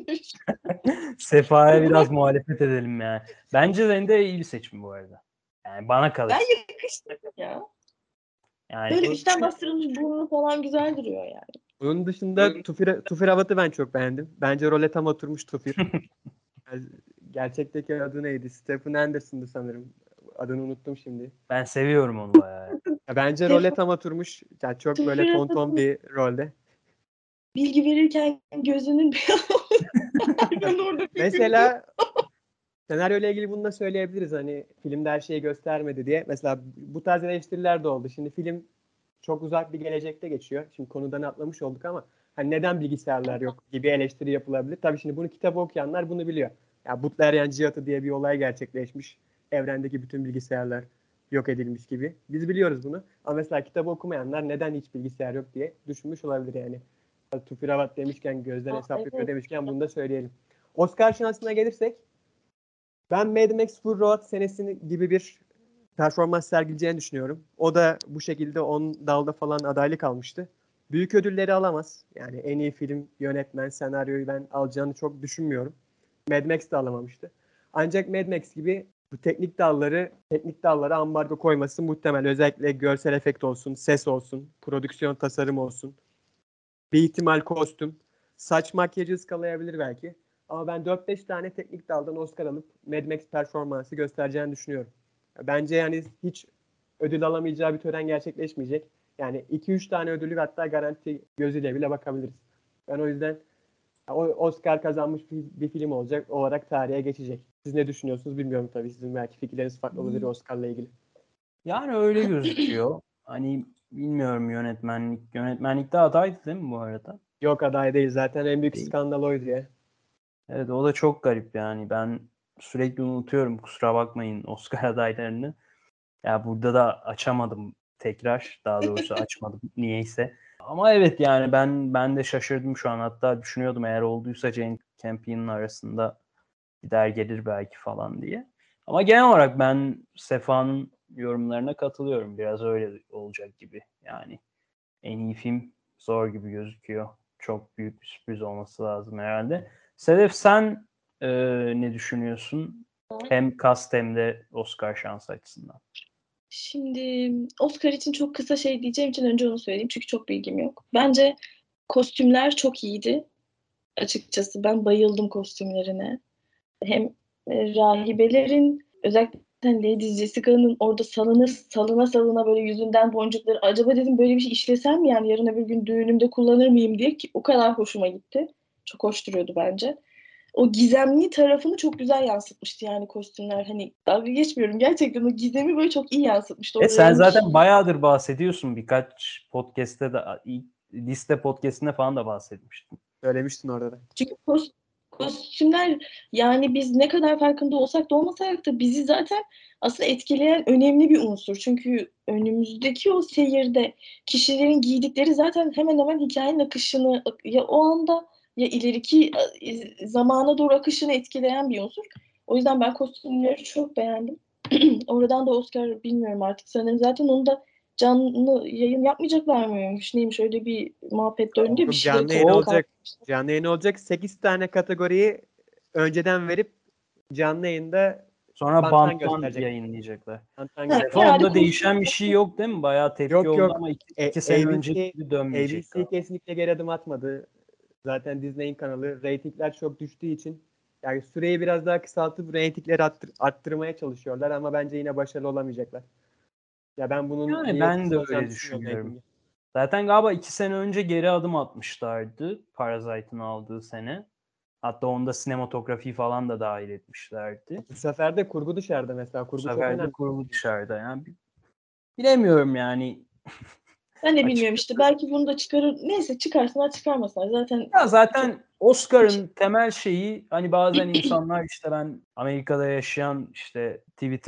[SPEAKER 2] Sefa'ya biraz muhalefet edelim yani. Bence Zendaya iyi bir seçim bu arada. Yani bana
[SPEAKER 3] Ben
[SPEAKER 2] kalırsa.
[SPEAKER 3] yakıştırdım ya.
[SPEAKER 2] Yani
[SPEAKER 3] Böyle üstten bastırılmış burnu falan güzel duruyor yani.
[SPEAKER 1] Bunun dışında Tufir Avat'ı ben çok beğendim. Bence role tam oturmuş Tufir. Yani gerçekteki adı neydi? Stephen Anderson'dı sanırım. Adını unuttum şimdi.
[SPEAKER 2] ben seviyorum onu bayağı.
[SPEAKER 1] Ya bence role
[SPEAKER 3] Stefan
[SPEAKER 1] tam oturmuş. Yani çok böyle tonton
[SPEAKER 3] Tufira'nın
[SPEAKER 1] bir rolde.
[SPEAKER 3] bilgi verirken gözünün ben orada bir güldüm.
[SPEAKER 1] Mesela senaryo ile ilgili bunu da söyleyebiliriz. Hani filmde her şeyi göstermedi diye. Mesela bu tarz eleştiriler de oldu. Şimdi film çok uzak bir gelecekte geçiyor. Şimdi konudan atlamış olduk ama hani neden bilgisayarlar yok gibi eleştiri yapılabilir. Tabii şimdi bunu kitabı okuyanlar bunu biliyor. Ya Butlerian Cihatı diye bir olay gerçekleşmiş. Evrendeki bütün bilgisayarlar yok edilmiş gibi. Biz biliyoruz bunu. Ama mesela kitabı okumayanlar neden hiç bilgisayar yok diye düşünmüş olabilir yani. Tufiravat demişken, gözden hesap yapıyor
[SPEAKER 3] Evet.
[SPEAKER 1] demişken bunu da söyleyelim. Oscar şansına gelirsek ben Mad Max Fury Road senesi gibi bir performans sergileyeceğini düşünüyorum. O da bu şekilde 10 dalda falan adaylık almıştı. Büyük ödülleri alamaz. Yani en iyi film, yönetmen, senaryoyu ben alacağını çok düşünmüyorum. Mad Max de alamamıştı. Ancak Mad Max gibi bu teknik dallara ambargo koyması muhtemel. Özellikle görsel efekt olsun, ses olsun, prodüksiyon tasarım olsun. Bir ihtimal kostüm. Saç makyajı ıskalayabilir belki. Ama ben 4-5 tane teknik daldan Oscar alıp Mad Max performansı göstereceğini düşünüyorum. Bence yani hiç ödül alamayacağı bir tören gerçekleşmeyecek. Yani 2-3 tane ödülü hatta garanti gözüyle bile bakabiliriz. Ben o yüzden o Oscar kazanmış bir film olacak olarak tarihe geçecek. Siz ne düşünüyorsunuz bilmiyorum tabii. Sizin belki fikirleriniz farklı olabilir Oscar'la ilgili.
[SPEAKER 2] Yani öyle gözüküyor. Hani bilmiyorum Yönetmenlikte adaydı değil mi bu arada?
[SPEAKER 1] Yok aday değil zaten en büyük
[SPEAKER 2] Değil.
[SPEAKER 1] skandal oydu ya.
[SPEAKER 2] Evet o da çok garip yani. Ben sürekli unutuyorum kusura bakmayın Oscar adaylarını. Ya burada da açamadım tekrar. Daha doğrusu açmadım niyeyse. Ama evet yani ben de şaşırdım şu an. Hatta düşünüyordum eğer olduysa Jane Campion'ın arasında gider gelir belki falan diye. Ama genel olarak ben Sefa'nın yorumlarına katılıyorum. Biraz öyle olacak gibi. Yani en iyi film zor gibi gözüküyor. Çok büyük bir sürpriz olması lazım herhalde. Sedef sen ne düşünüyorsun? Hem cast hem de Oscar şansı açısından.
[SPEAKER 3] Şimdi Oscar için çok kısa şey diyeceğim için önce onu söyleyeyim çünkü çok bilgim yok. Bence kostümler çok iyiydi. Açıkçası ben bayıldım kostümlerine. Hem rahibelerin özellikle Lady Jessica'nın orada salına böyle yüzünden boncukları acaba dedim böyle bir şey işlesem mi yani yarın öbür gün düğünümde kullanır mıyım diye ki o kadar hoşuma gitti. Çok hoş duruyordu bence. O gizemli tarafını çok güzel yansıtmıştı yani kostümler. Hani dalga geçmiyorum. Gerçekten o gizemi böyle çok iyi yansıtmıştı. O
[SPEAKER 2] Sen
[SPEAKER 3] renk.
[SPEAKER 2] zaten bayağıdır bahsediyorsun. Birkaç podcast'te de liste podcast'inde falan da bahsetmiştin.
[SPEAKER 1] Söylemiştin orada da.
[SPEAKER 3] Çünkü kostümler yani biz ne kadar farkında olsak da olmasak da bizi zaten aslında etkileyen önemli bir unsur. Çünkü önümüzdeki o seyirde kişilerin giydikleri zaten hemen hemen hikayenin akışını ya o anda ya ileriki zamana doğru akışını etkileyen bir unsur. O yüzden ben kostümleri çok beğendim. Oradan da Oscar bilmiyorum artık sanırım. Zaten onu da canlı yayın yapmayacaklar mıymış? Neymiş öyle bir muhabbet döndü. Bir
[SPEAKER 1] Yok
[SPEAKER 3] şeyleri
[SPEAKER 1] canlı yayın
[SPEAKER 2] O
[SPEAKER 3] kaldı.
[SPEAKER 1] olacak. Canlı yayın olacak. 8 tane kategoriyi önceden verip canlı yayında
[SPEAKER 2] sonra
[SPEAKER 1] banttan
[SPEAKER 2] banttan
[SPEAKER 1] gösterecekler.
[SPEAKER 2] yayınlayacaklar.
[SPEAKER 1] Banttan
[SPEAKER 3] Ha,
[SPEAKER 2] Sefa
[SPEAKER 1] gösterecekler.
[SPEAKER 3] herhalde
[SPEAKER 2] onda değişen bir şey yok değil mi? Bayağı tepki
[SPEAKER 1] Yok
[SPEAKER 2] oldu
[SPEAKER 1] yok.
[SPEAKER 2] ama iki sene önce
[SPEAKER 1] ABC
[SPEAKER 2] gibi dönmeyecek
[SPEAKER 1] ABC
[SPEAKER 2] galiba.
[SPEAKER 1] kesinlikle geri adım atmadı. Zaten Disney'in kanalı. Reytingler çok düştüğü için yani süreyi biraz daha kısaltıp reytingleri arttırmaya çalışıyorlar ama bence yine başarılı olamayacaklar. Ya ben bunun
[SPEAKER 2] Yani
[SPEAKER 1] bir
[SPEAKER 2] ben
[SPEAKER 1] etkisi
[SPEAKER 2] de
[SPEAKER 1] olacağını
[SPEAKER 2] öyle
[SPEAKER 1] düşünmüyorum
[SPEAKER 2] düşünüyorum.
[SPEAKER 1] reytinge.
[SPEAKER 2] Zaten galiba 2 sene önce geri adım atmışlardı. Parasite'ın aldığı sene. Hatta onda sinematografi falan da dahil etmişlerdi.
[SPEAKER 1] Bu sefer de kurgu dışarıda mesela.
[SPEAKER 2] Bu
[SPEAKER 1] Kurgu çok
[SPEAKER 2] sefer de
[SPEAKER 1] önemli.
[SPEAKER 2] kurulu dışarıda. Yani bilemiyorum yani.
[SPEAKER 3] Ben de
[SPEAKER 2] Açık.
[SPEAKER 3] bilmiyorum işte. Belki bunu da çıkarır. Neyse çıkarsınlar çıkarmasınlar. Zaten
[SPEAKER 2] Ya zaten Oscar'ın temel şeyi hani bazen insanlar işte ben Amerika'da yaşayan işte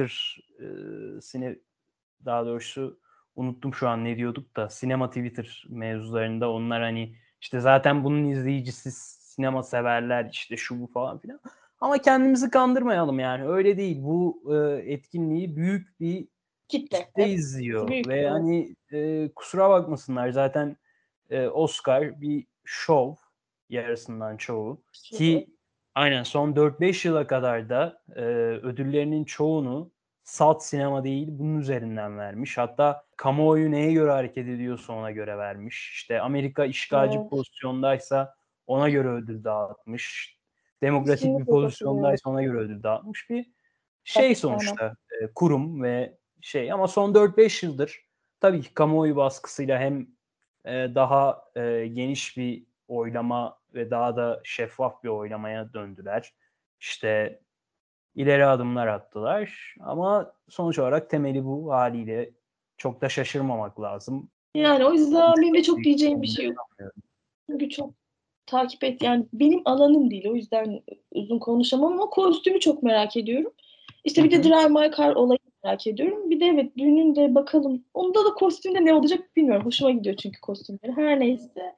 [SPEAKER 2] daha doğrusu unuttum şu an ne diyorduk da sinema Twitter mevzularında onlar hani işte zaten bunun izleyicisi sinema severler işte şu bu falan filan. Ama kendimizi kandırmayalım yani öyle değil. Bu etkinliği büyük bir
[SPEAKER 3] kitle.
[SPEAKER 2] kitle
[SPEAKER 3] Evet,
[SPEAKER 2] izliyor
[SPEAKER 3] büyük.
[SPEAKER 2] ve hani kusura bakmasınlar zaten Oscar bir şov yarısından çoğu ki aynen son 4-5 yıla kadar da ödüllerinin çoğunu salt sinema değil bunun üzerinden vermiş. Hatta kamuoyu neye göre hareket ediyorsa ona göre vermiş. İşte Amerika işgalci
[SPEAKER 3] Evet.
[SPEAKER 2] pozisyondaysa ona göre ödül dağıtmış. Demokratik bir
[SPEAKER 3] Kesinlikle katılıyorum.
[SPEAKER 2] pozisyondaysa ona göre ödül dağıtmış bir şey
[SPEAKER 3] Aynen.
[SPEAKER 2] sonuçta kurum ve şey ama son 4-5 yıldır tabii ki kamuoyu baskısıyla hem daha geniş bir oylama ve daha da şeffaf bir oylamaya döndüler. İşte ileri adımlar attılar ama sonuç olarak temeli bu haliyle çok da şaşırmamak lazım.
[SPEAKER 3] Yani o yüzden benim de çok
[SPEAKER 2] Büyük
[SPEAKER 3] diyeceğim bir
[SPEAKER 2] ihtimalle
[SPEAKER 3] şey yok.
[SPEAKER 2] sanmıyorum.
[SPEAKER 3] Çünkü çok takip et. Yani benim alanım değil. O yüzden uzun konuşamam ama kostümü çok merak ediyorum. İşte
[SPEAKER 2] Hı
[SPEAKER 3] bir de
[SPEAKER 2] hı.
[SPEAKER 3] Drive My Car olayı merak ediyorum. Bir de evet düğünün de bakalım. Onda da kostümde ne olacak bilmiyorum. Hoşuma gidiyor çünkü kostümleri. Her neyse.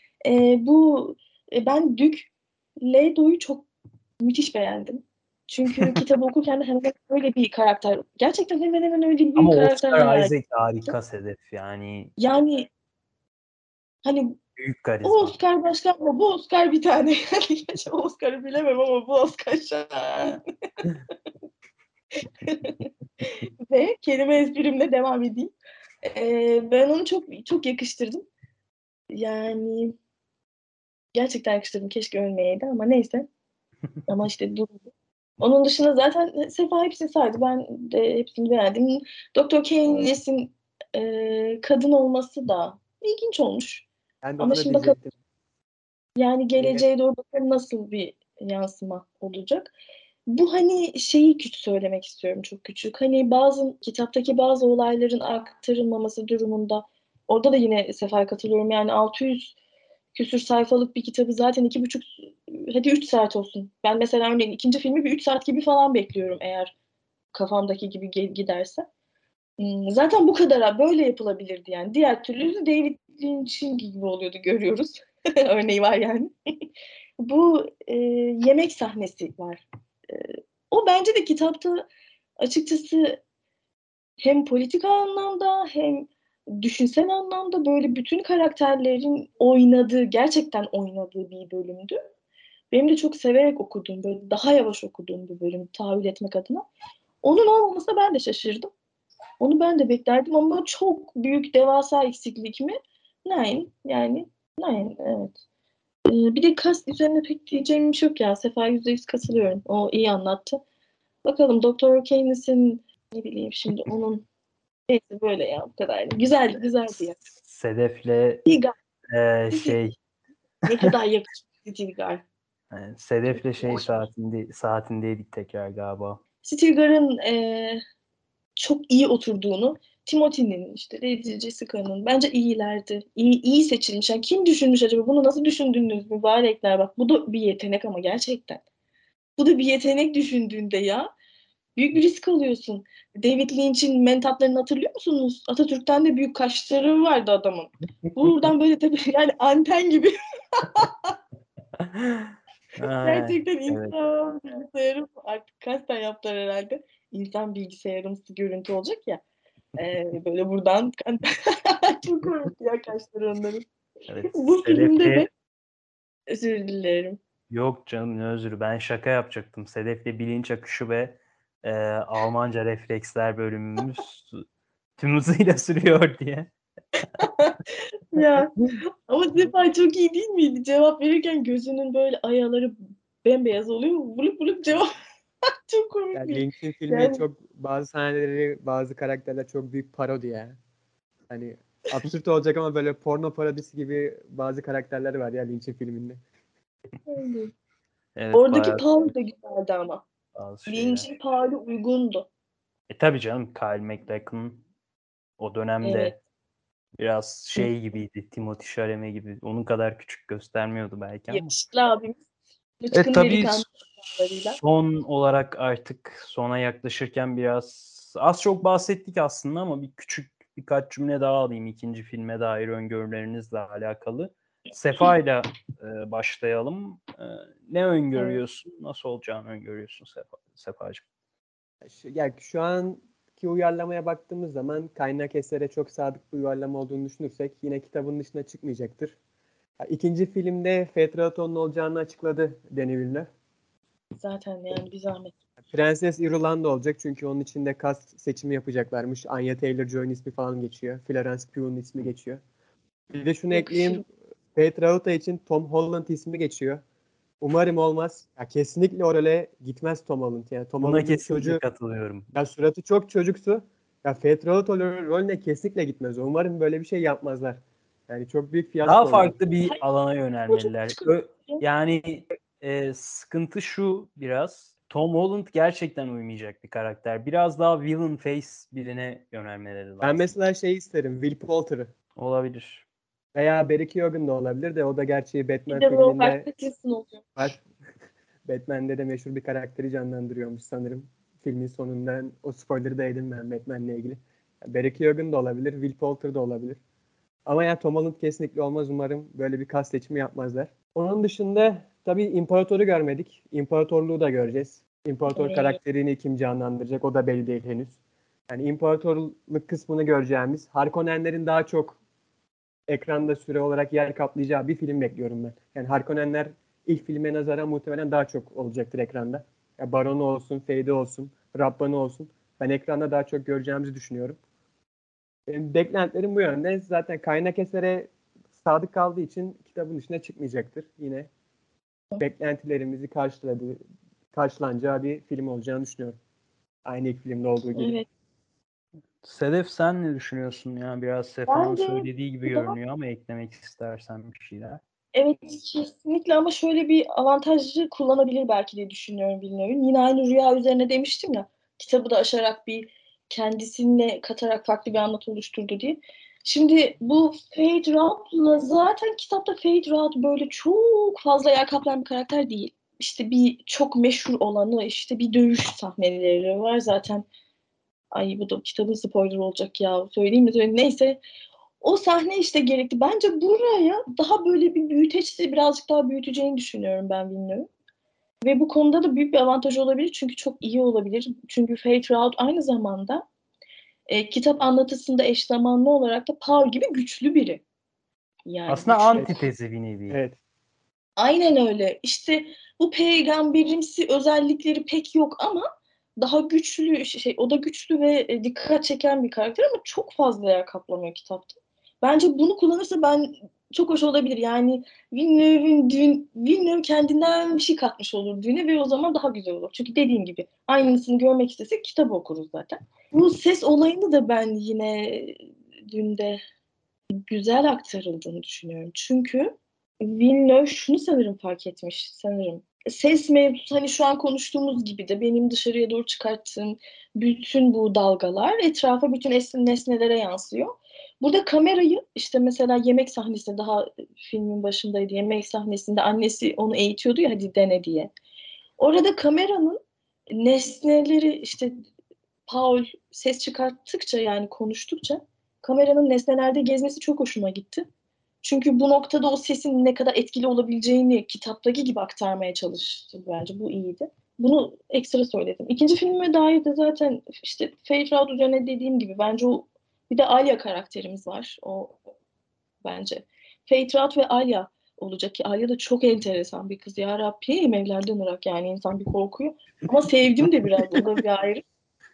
[SPEAKER 3] Ben Duke Ledo'yu çok müthiş beğendim. Çünkü kitabı okurken de hemen öyle bir karakter. Gerçekten hemen öyle bir
[SPEAKER 2] Ama
[SPEAKER 3] karakter
[SPEAKER 2] Oscar
[SPEAKER 3] hayal ettim.
[SPEAKER 2] Isaac harika Sedef yani
[SPEAKER 3] Yani hani
[SPEAKER 2] büyük
[SPEAKER 3] o
[SPEAKER 2] karizma.
[SPEAKER 3] Oscar başka ama bu Oscar bir tane. Yani gerçi Oscar'ı bilemem ama bu Oscar şahane. Ve kelime esprimle devam edeyim. Ben onu çok çok yakıştırdım. Yani gerçekten yakıştırdım. Keşke ölmeyeydi ama neyse. Ama işte durdu. Onun dışında zaten Sefa hepsini saydı. Ben de hepsini beğendim. Doktor Keynes'in kadın olması da ilginç olmuş.
[SPEAKER 1] Ben de
[SPEAKER 3] Ama
[SPEAKER 1] onu
[SPEAKER 3] şimdi bakalım
[SPEAKER 1] diyecektim.
[SPEAKER 3] yani
[SPEAKER 1] Yine
[SPEAKER 3] geleceğe doğru bakalım nasıl bir yansıma olacak. Bu hani şeyi küçük söylemek istiyorum çok küçük. Hani bazı kitaptaki bazı olayların aktarılmaması durumunda orada da yine Sefa'ya katılıyorum. Yani 600 küsür sayfalık bir kitabı zaten 2,5 hadi 3 saat olsun. Ben mesela örneğin ikinci filmi bir 3 saat gibi falan bekliyorum eğer kafamdaki gibi giderse. Zaten bu kadar böyle yapılabilirdi yani. Diğer türlü de David Lynch'in gibi oluyordu görüyoruz. Örneği var yani. Bu yemek sahnesi var. E, O bence de kitapta açıkçası hem politika anlamda hem düşünsel anlamda böyle bütün karakterlerin oynadığı, gerçekten oynadığı bir bölümdü. Benim de çok severek okuduğum, böyle daha yavaş okuduğum bir bölüm tahayyül etmek adına. Onun olmamasına ben de şaşırdım. Onu ben de beklerdim ama çok büyük devasa eksiklik mi? Nein. Yani nein, evet. Bir de kas üzerine pek diyeceğim bir şey yok ya. Sefa %100 katılıyorum. O iyi anlattı. Bakalım Doktor Keynes'in ne bileyim şimdi onun neyse böyle ya bu kadar. Güzeldi ya.
[SPEAKER 2] Sedef'le
[SPEAKER 3] Tilgar.
[SPEAKER 2] şey
[SPEAKER 3] Ne kadar yakışıklı Tilgar. Çok
[SPEAKER 2] Sedef'le şey
[SPEAKER 3] hoş.
[SPEAKER 2] saatindeydik tekrar galiba.
[SPEAKER 3] Stilgar'ın çok iyi oturduğunu, Timothy'nin işte Lady Jessica'nın bence iyilerdi. İyi seçilmiş. Yani kim düşünmüş acaba? Bunu nasıl düşündünüz mübarekler? Bak bu da bir yetenek ama gerçekten. Bu da bir yetenek düşündüğünde ya. Büyük bir risk alıyorsun. David Lynch'in mentatlarını hatırlıyor musunuz? Atatürk'ten de büyük kaşları vardı adamın. Buradan böyle tabii yani anten gibi.
[SPEAKER 2] Ay,
[SPEAKER 3] Gerçekten
[SPEAKER 2] evet.
[SPEAKER 3] insan bilgisayarım artık kasten yaptılar herhalde. İnsan bilgisayarımsı görüntü olacak ya. Böyle buradan çok komik ya kaşları onların.
[SPEAKER 2] Evet.
[SPEAKER 3] Bu filmde
[SPEAKER 2] Sedef'le
[SPEAKER 3] de özür dilerim.
[SPEAKER 2] yok canım ne özürü. Ben şaka yapacaktım. Sedef'le bilinç akışı ve Almanca refleksler bölümümüz tüm hızıyla sürüyor diye.
[SPEAKER 3] Ya ama Sefa çok iyi değil miydi? Cevap verirken gözünün böyle ayaları bembeyaz oluyor. Bulup bulup cevap çok komik
[SPEAKER 1] yani
[SPEAKER 3] bir.
[SPEAKER 1] Lynch'in filmi
[SPEAKER 3] Yani
[SPEAKER 1] çok bazı sahneleri, bazı karakterler çok büyük parodi ya. Hani absürt olacak ama böyle porno parodisi gibi bazı karakterler var ya Lynch'in filminde.
[SPEAKER 3] öyle.
[SPEAKER 2] Evet
[SPEAKER 3] Oradaki
[SPEAKER 2] bayağı
[SPEAKER 3] Paul da güzeldi ama.
[SPEAKER 2] bazı
[SPEAKER 3] Lynch'in
[SPEAKER 2] şeyler.
[SPEAKER 3] Paul'u uygundu.
[SPEAKER 2] Tabii canım Kyle MacLachlan o
[SPEAKER 3] Evet.
[SPEAKER 2] dönemde Biraz şey gibiydi. Timothy Chalamet gibi. Onun kadar küçük göstermiyordu belki ama.
[SPEAKER 3] Yakışıklı abimiz.
[SPEAKER 2] Evet,
[SPEAKER 3] Bıçkın
[SPEAKER 2] tabii
[SPEAKER 3] delikanlı kızlarıyla.
[SPEAKER 2] son olarak artık sona yaklaşırken biraz az çok bahsettik aslında ama birkaç cümle daha alayım ikinci filme dair öngörülerinizle alakalı. Sefa ile başlayalım. Ne öngörüyorsun? Nasıl olacağını öngörüyorsun Sefacığım?
[SPEAKER 1] Yani şu anki uyarlamaya baktığımız zaman kaynak esere çok sadık bir uyarlama olduğunu düşünürsek yine kitabın dışına çıkmayacaktır. İkinci filmde Fethi olacağını açıkladı Denis Villeneuve.
[SPEAKER 3] Zaten yani bir zahmet.
[SPEAKER 1] Prenses Irulan olacak çünkü onun içinde cast seçimi yapacaklarmış. Anya Taylor-Joy'un ismi falan geçiyor. Florence Pugh'un ismi geçiyor. Bir de şunu
[SPEAKER 3] Yakışır.
[SPEAKER 1] ekleyeyim. Fethi için Tom Holland ismi geçiyor. Umarım olmaz. Ya kesinlikle o role gitmez Tom Holland. Yani Tom
[SPEAKER 2] Buna
[SPEAKER 1] Holland'ın
[SPEAKER 2] kesinlikle
[SPEAKER 1] çocuğu,
[SPEAKER 2] katılıyorum.
[SPEAKER 1] ya suratı çok çocuksu. Ya Fethi rolüne kesinlikle gitmez. Umarım böyle bir şey yapmazlar. Yani çok büyük
[SPEAKER 2] Daha
[SPEAKER 1] fiyasko olur.
[SPEAKER 2] farklı bir alana yönelmeliler. Yani sıkıntı şu biraz. Tom Holland gerçekten uymayacak bir karakter. Biraz daha villain face birine yönelmeleri
[SPEAKER 1] Ben
[SPEAKER 2] lazım.
[SPEAKER 1] mesela şey isterim. Will Poulter'ı.
[SPEAKER 2] Olabilir.
[SPEAKER 1] Veya Barry Keoghan da olabilir de o da gerçi
[SPEAKER 3] Bir
[SPEAKER 1] Batman
[SPEAKER 3] de Robert
[SPEAKER 1] filminde
[SPEAKER 3] Pattinson oluyor.
[SPEAKER 1] var. Batman'de de meşhur bir karakteri canlandırıyormuş sanırım. Filmin sonundan o spoiler'ı da yedim ben Batman'le ilgili. Barry Keoghan da olabilir, Will Poulter da olabilir. Ama ya Tom Holland kesinlikle olmaz. Umarım böyle bir kas seçimi yapmazlar. Onun dışında tabii İmparator'u görmedik. İmparatorluğu da göreceğiz. İmparator karakterini kim canlandıracak o da belli değil henüz. Yani imparatorluk kısmını göreceğimiz, Harkonnenlerin daha çok ekranda süre olarak yer kaplayacağı bir film bekliyorum ben. Yani Harkonnenler ilk filme nazaran muhtemelen daha çok olacaktır ekranda. Ya Baron olsun, Feyde olsun, Rabbanı olsun. Ben ekranda daha çok göreceğimizi düşünüyorum. Benim beklentilerim bu yönde. Zaten kaynak esere sadık kaldığı için kitabın dışına çıkmayacaktır. Yine beklentilerimizi karşılanacağı bir film olacağını düşünüyorum. Aynı ilk filmde olduğu gibi.
[SPEAKER 3] Evet.
[SPEAKER 2] Sedef sen ne düşünüyorsun ya? Biraz
[SPEAKER 3] Ben
[SPEAKER 2] Sefa'nın
[SPEAKER 3] de
[SPEAKER 2] söylediği gibi
[SPEAKER 3] daha
[SPEAKER 2] görünüyor ama eklemek istersen bir şeyler.
[SPEAKER 3] evet kesinlikle ama şöyle bir avantajı kullanabilir belki diye düşünüyorum Villeneuve'ün. Yine aynı rüya üzerine demiştim ya. Kitabı da aşarak bir kendisine katarak farklı bir anlatı oluşturdu diye. Şimdi bu Fade Raut'la zaten kitapta Fade Raut böyle çok fazla yer kaplayan bir karakter değil. İşte bir çok meşhur olanı işte bir dövüş sahneleri var zaten. Ay bu da kitabın spoiler olacak ya. Söyleyeyim mi? Söyleyeyim. Neyse o sahne işte gerekti. Bence buraya daha böyle bir büyüteçse birazcık daha büyüteceğini düşünüyorum ben Villeneuve. Ve bu konuda da büyük bir avantaj olabilir. Çünkü çok iyi olabilir. Çünkü Fate Raut aynı zamanda kitap anlatısında eş zamanlı olarak da Paul gibi güçlü biri. Yani
[SPEAKER 2] Aslında
[SPEAKER 3] güçlü.
[SPEAKER 2] antitezi bir nevi.
[SPEAKER 1] Evet.
[SPEAKER 3] Aynen öyle. İşte bu peygamberimsi özellikleri pek yok ama daha güçlü o da güçlü ve dikkat çeken bir karakter ama çok fazla yer kaplamıyor kitapta. Bence bunu kullanırsa ben çok hoş olabilir. Yani Villeneuve kendinden bir şey katmış olur düğüne ve o zaman daha güzel olur. Çünkü dediğim gibi aynısını görmek istesek kitabı okuruz zaten. Bu ses olayını da ben yine dün güzel aktarıldığını düşünüyorum. Çünkü Villeneuve şunu sanırım fark etmiş sanırım. Ses mevzusu hani şu an konuştuğumuz gibi de benim dışarıya doğru çıkarttığım bütün bu dalgalar etrafa bütün nesnelere yansıyor. Burada kamerayı işte mesela yemek sahnesinde daha filmin başındaydı. Yemek sahnesinde annesi onu eğitiyordu ya hadi dene diye. Orada kameranın nesneleri işte Paul ses çıkarttıkça yani konuştukça kameranın nesnelerde gezmesi çok hoşuma gitti. Çünkü bu noktada o sesin ne kadar etkili olabileceğini kitaptaki gibi aktarmaya çalıştı bence. Bu iyiydi. Bunu ekstra söyledim. İkinci filme dair de zaten işte Fade Raud üzerine dediğim gibi bence o bir de Alia karakterimiz var. O bence. Fade Raud ve Alia olacak ki Alia da çok enteresan bir kız. Ya Rabbim evlerden ırak yani insan bir korkuyor. Ama sevdim de biraz o da bir ayrı.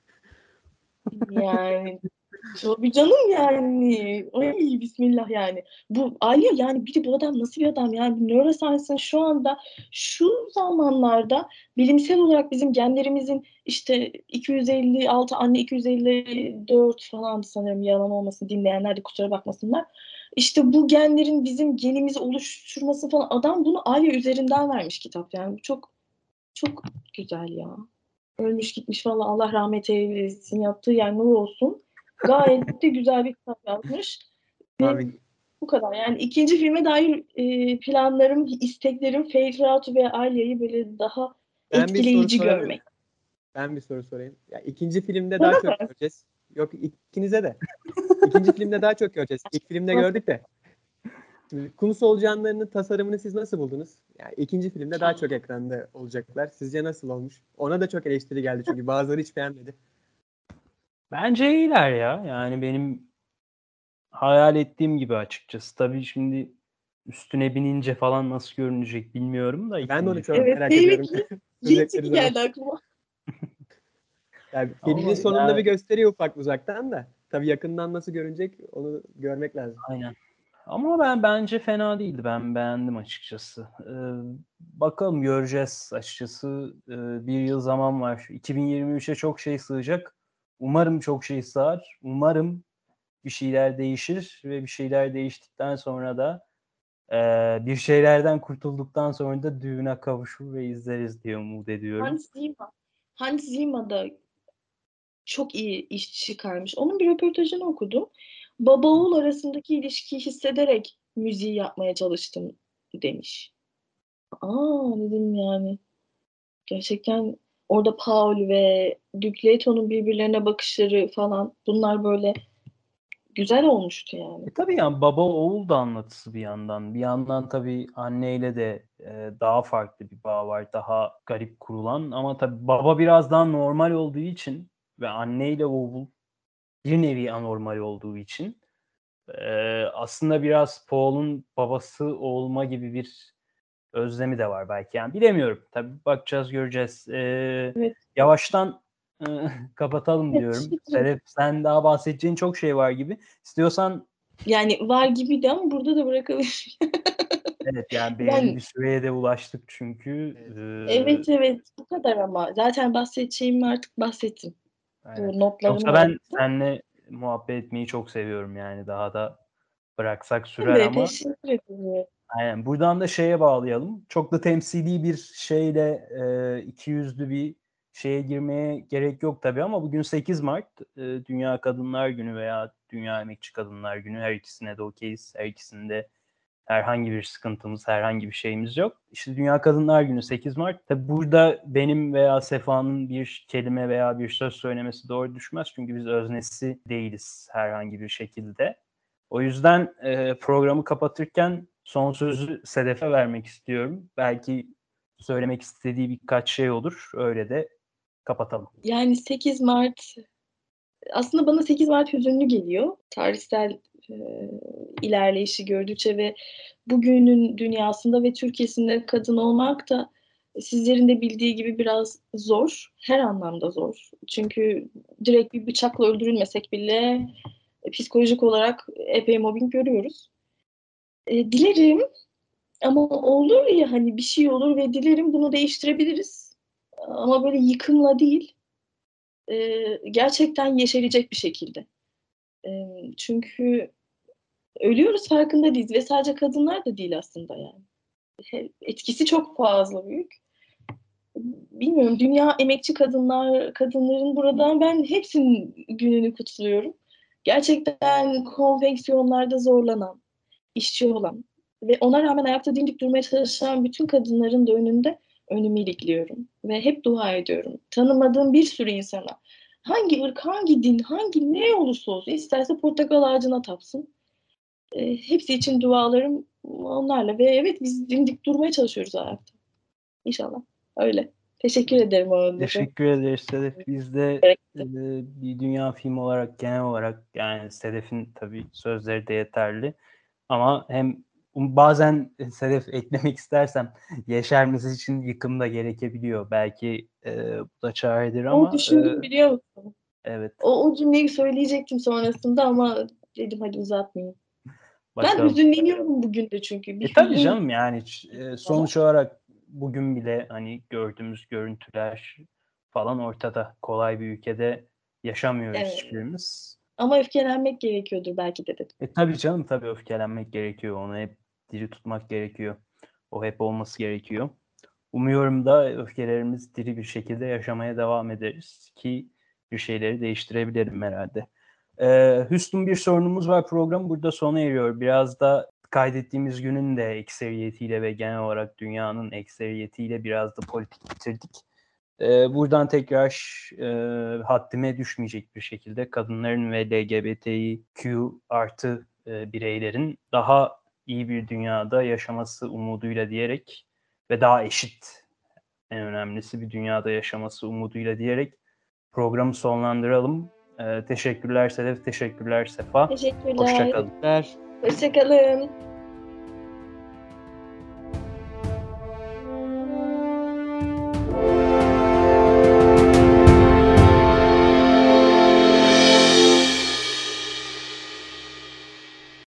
[SPEAKER 3] Yani tabii canım yani. Ay bismillah yani. Bu Alya yani biri bu adam nasıl bir adam yani neuroscience'ın şu anda şu zamanlarda bilimsel olarak bizim genlerimizin işte 256 anne 254 falan sanırım yalan olmasın dinleyenler de kusura bakmasınlar. İşte bu genlerin bizim genimizi oluşturması falan adam bunu Alya üzerinden vermiş kitap yani bu çok çok güzel ya. Ölmüş gitmiş valla Allah rahmet eylesin yaptığı yer nur olsun. Gayet de güzel bir kitap yazmış.
[SPEAKER 1] Abi,
[SPEAKER 3] Bu kadar. Yani ikinci filme dair planlarım, isteklerim Feyzat'ı ve Alya'yı böyle daha
[SPEAKER 1] ben bir soru
[SPEAKER 3] etkileyici
[SPEAKER 1] sorabilir
[SPEAKER 3] görmek.
[SPEAKER 1] miyim? Ben bir soru sorayım. Ya, ikinci filmde daha
[SPEAKER 3] Bana
[SPEAKER 1] çok
[SPEAKER 3] mı?
[SPEAKER 1] göreceğiz. Yok, ikinize de. İkinci filmde daha çok göreceğiz. İlk filmde gördük de. Şimdi kum solucanlarının tasarımını siz nasıl buldunuz? Yani ikinci filmde daha çok ekranda olacaklar. Sizce nasıl olmuş? Ona da çok eleştiri geldi çünkü bazıları hiç beğenmedi.
[SPEAKER 2] Bence iyiler ya. Yani benim hayal ettiğim gibi açıkçası. Tabii şimdi üstüne binince falan nasıl görünecek bilmiyorum da
[SPEAKER 1] Ben de onu
[SPEAKER 2] ikinci
[SPEAKER 1] çok
[SPEAKER 2] film.
[SPEAKER 3] Evet,
[SPEAKER 1] merak
[SPEAKER 3] benim
[SPEAKER 1] ediyorum.
[SPEAKER 3] ilk
[SPEAKER 1] Görecekleri
[SPEAKER 3] çeki
[SPEAKER 1] zaman.
[SPEAKER 3] geldi aklıma.
[SPEAKER 1] Yani filmin
[SPEAKER 2] Ama
[SPEAKER 1] sonunda bir
[SPEAKER 2] yani
[SPEAKER 1] gösteriyor ufak uzaktan da. Tabii yakından nasıl görünecek onu görmek lazım.
[SPEAKER 2] aynen. Ama bence fena değildi. Ben beğendim açıkçası. Bakalım göreceğiz açıkçası. Bir yıl zaman var. 2023'e çok şey sığacak. Umarım çok şey sığar. Umarım bir şeyler değişir ve bir şeyler değiştikten sonra da bir şeylerden kurtulduktan sonra da düğüne kavuşur ve izleriz diye umut ediyorum.
[SPEAKER 3] Hans Zimmer. Hans Zimmer da çok iyi iş çıkarmış. Onun bir röportajını okudum. Baba oğul arasındaki ilişkiyi hissederek müziği yapmaya çalıştım demiş. Dedim yani. Gerçekten orada Paul ve Duke Leighton'un birbirlerine bakışları falan bunlar böyle güzel olmuştu yani.
[SPEAKER 2] Tabii yani baba oğul da anlatısı bir yandan. Bir yandan tabii anneyle de daha farklı bir bağ var. Daha garip kurulan ama tabii baba biraz daha normal olduğu için ve anneyle oğul bir nevi anormal olduğu için aslında biraz Paul'un babası olma gibi bir özlemi de var belki. Yani bilemiyorum. Tabii bakacağız, göreceğiz.
[SPEAKER 3] Evet.
[SPEAKER 2] Yavaştan kapatalım
[SPEAKER 3] Evet,
[SPEAKER 2] diyorum.
[SPEAKER 3] teşekkür ederim.
[SPEAKER 2] Sedef, sen daha bahsedeceğin çok şey var gibi. İstiyorsan
[SPEAKER 3] Yani var gibiydi ama burada da bırakabilirim.
[SPEAKER 2] evet yani belirli
[SPEAKER 3] Yani
[SPEAKER 2] bir süreye de ulaştık çünkü.
[SPEAKER 1] Evet.
[SPEAKER 3] evet bu kadar ama zaten bahsedeceğimi artık bahsettim.
[SPEAKER 2] Aynen.
[SPEAKER 3] Bu notlarımı
[SPEAKER 2] Yoksa
[SPEAKER 3] da
[SPEAKER 2] ben
[SPEAKER 3] yaptım.
[SPEAKER 2] seninle muhabbet etmeyi çok seviyorum yani daha da bıraksak
[SPEAKER 3] Ben
[SPEAKER 2] sürer
[SPEAKER 3] de
[SPEAKER 2] ama
[SPEAKER 3] teşekkür ederim.
[SPEAKER 2] aynen. Buradan da şeye bağlayalım. Çok da temsili bir şeyle iki yüzlü bir şeye girmeye gerek yok tabii ama bugün 8 Mart Dünya Kadınlar Günü veya Dünya Emekçi Kadınlar Günü. Her ikisine de okeyiz. Her ikisinde herhangi bir sıkıntımız, herhangi bir şeyimiz yok. İşte Dünya Kadınlar Günü 8 Mart. Tabii burada benim veya Sefa'nın bir kelime veya bir söz söylemesi doğru düşmez. Çünkü biz öznesi değiliz herhangi bir şekilde. O yüzden programı kapatırken son sözü Sedef'e vermek istiyorum. Belki söylemek istediği birkaç şey olur. Öyle de kapatalım.
[SPEAKER 3] Yani 8 Mart aslında bana 8 Mart hüzünlü geliyor. Tarihsel e, ilerleyişi gördükçe ve bugünün dünyasında ve Türkiye'sinde kadın olmak da sizlerin de bildiği gibi biraz zor. Her anlamda zor. Çünkü direkt bir bıçakla öldürülmesek bile psikolojik olarak epey mobbing görüyoruz. Dilerim ama olur ya hani bir şey olur ve dilerim bunu değiştirebiliriz. Ama böyle yıkımla değil, gerçekten yeşerecek bir şekilde. Çünkü ölüyoruz farkında değiliz ve sadece kadınlar da değil aslında yani. Etkisi çok fazla büyük. Bilmiyorum dünya emekçi kadınların buradan ben hepsinin gününü kutluyorum. Gerçekten konveksiyonlarda zorlanan, işçi olan ve ona rağmen ayakta dimdik durmaya çalışan bütün kadınların da önümü ilikliyorum. Ve hep dua ediyorum. Tanımadığım bir sürü insana hangi ırk, hangi din, hangi ne olursa olsun isterse portakal ağacına tapsın. Hepsi için dualarım onlarla ve evet biz dimdik durmaya çalışıyoruz ayakta. İnşallah. Öyle. Teşekkür ederim o arada.
[SPEAKER 2] Teşekkür ederiz Sedef. Biz de bir dünya filmi olarak genel olarak yani Sedef'in tabii sözleri de yeterli. Ama hem bazen Sedef eklemek istersem yeşermesi için yıkım da gerekebiliyor. Belki bu da çaredir
[SPEAKER 3] Onu
[SPEAKER 2] ama
[SPEAKER 3] düşündüm biliyor musun?
[SPEAKER 2] evet
[SPEAKER 3] O cümleyi söyleyecektim sonrasında ama dedim hadi uzatmayayım. Ben
[SPEAKER 2] bakalım.
[SPEAKER 3] hüzünleniyorum bugün de çünkü. Bir
[SPEAKER 2] Tabii
[SPEAKER 3] hüzün
[SPEAKER 2] canım yani
[SPEAKER 3] bana.
[SPEAKER 2] sonuç olarak bugün bile hani gördüğümüz görüntüler falan ortada. Kolay bir ülkede yaşamıyoruz
[SPEAKER 3] Evet.
[SPEAKER 2] hiçbirimiz.
[SPEAKER 3] Ama öfkelenmek gerekiyordur belki de dedim.
[SPEAKER 2] Tabii canım tabii öfkelenmek gerekiyor. Onu hep diri tutmak gerekiyor. O hep olması gerekiyor. Umuyorum da öfkelerimiz diri bir şekilde yaşamaya devam ederiz ki bir şeyleri değiştirebilirim herhalde. Houston, bir sorunumuz var programı burada sona eriyor. Biraz da kaydettiğimiz günün de ekseriyetiyle ve genel olarak dünyanın ekseriyetiyle biraz da politik bitirdik. Buradan tekrar haddime düşmeyecek bir şekilde kadınların ve LGBTQ artı bireylerin daha iyi bir dünyada yaşaması umuduyla diyerek ve daha eşit, en önemlisi bir dünyada yaşaması umuduyla diyerek programı sonlandıralım. Teşekkürler Sedef, teşekkürler Sefa.
[SPEAKER 3] Teşekkürler.
[SPEAKER 2] Hoşça kalın.
[SPEAKER 1] Teşekkürler.
[SPEAKER 3] Hoşça kalın.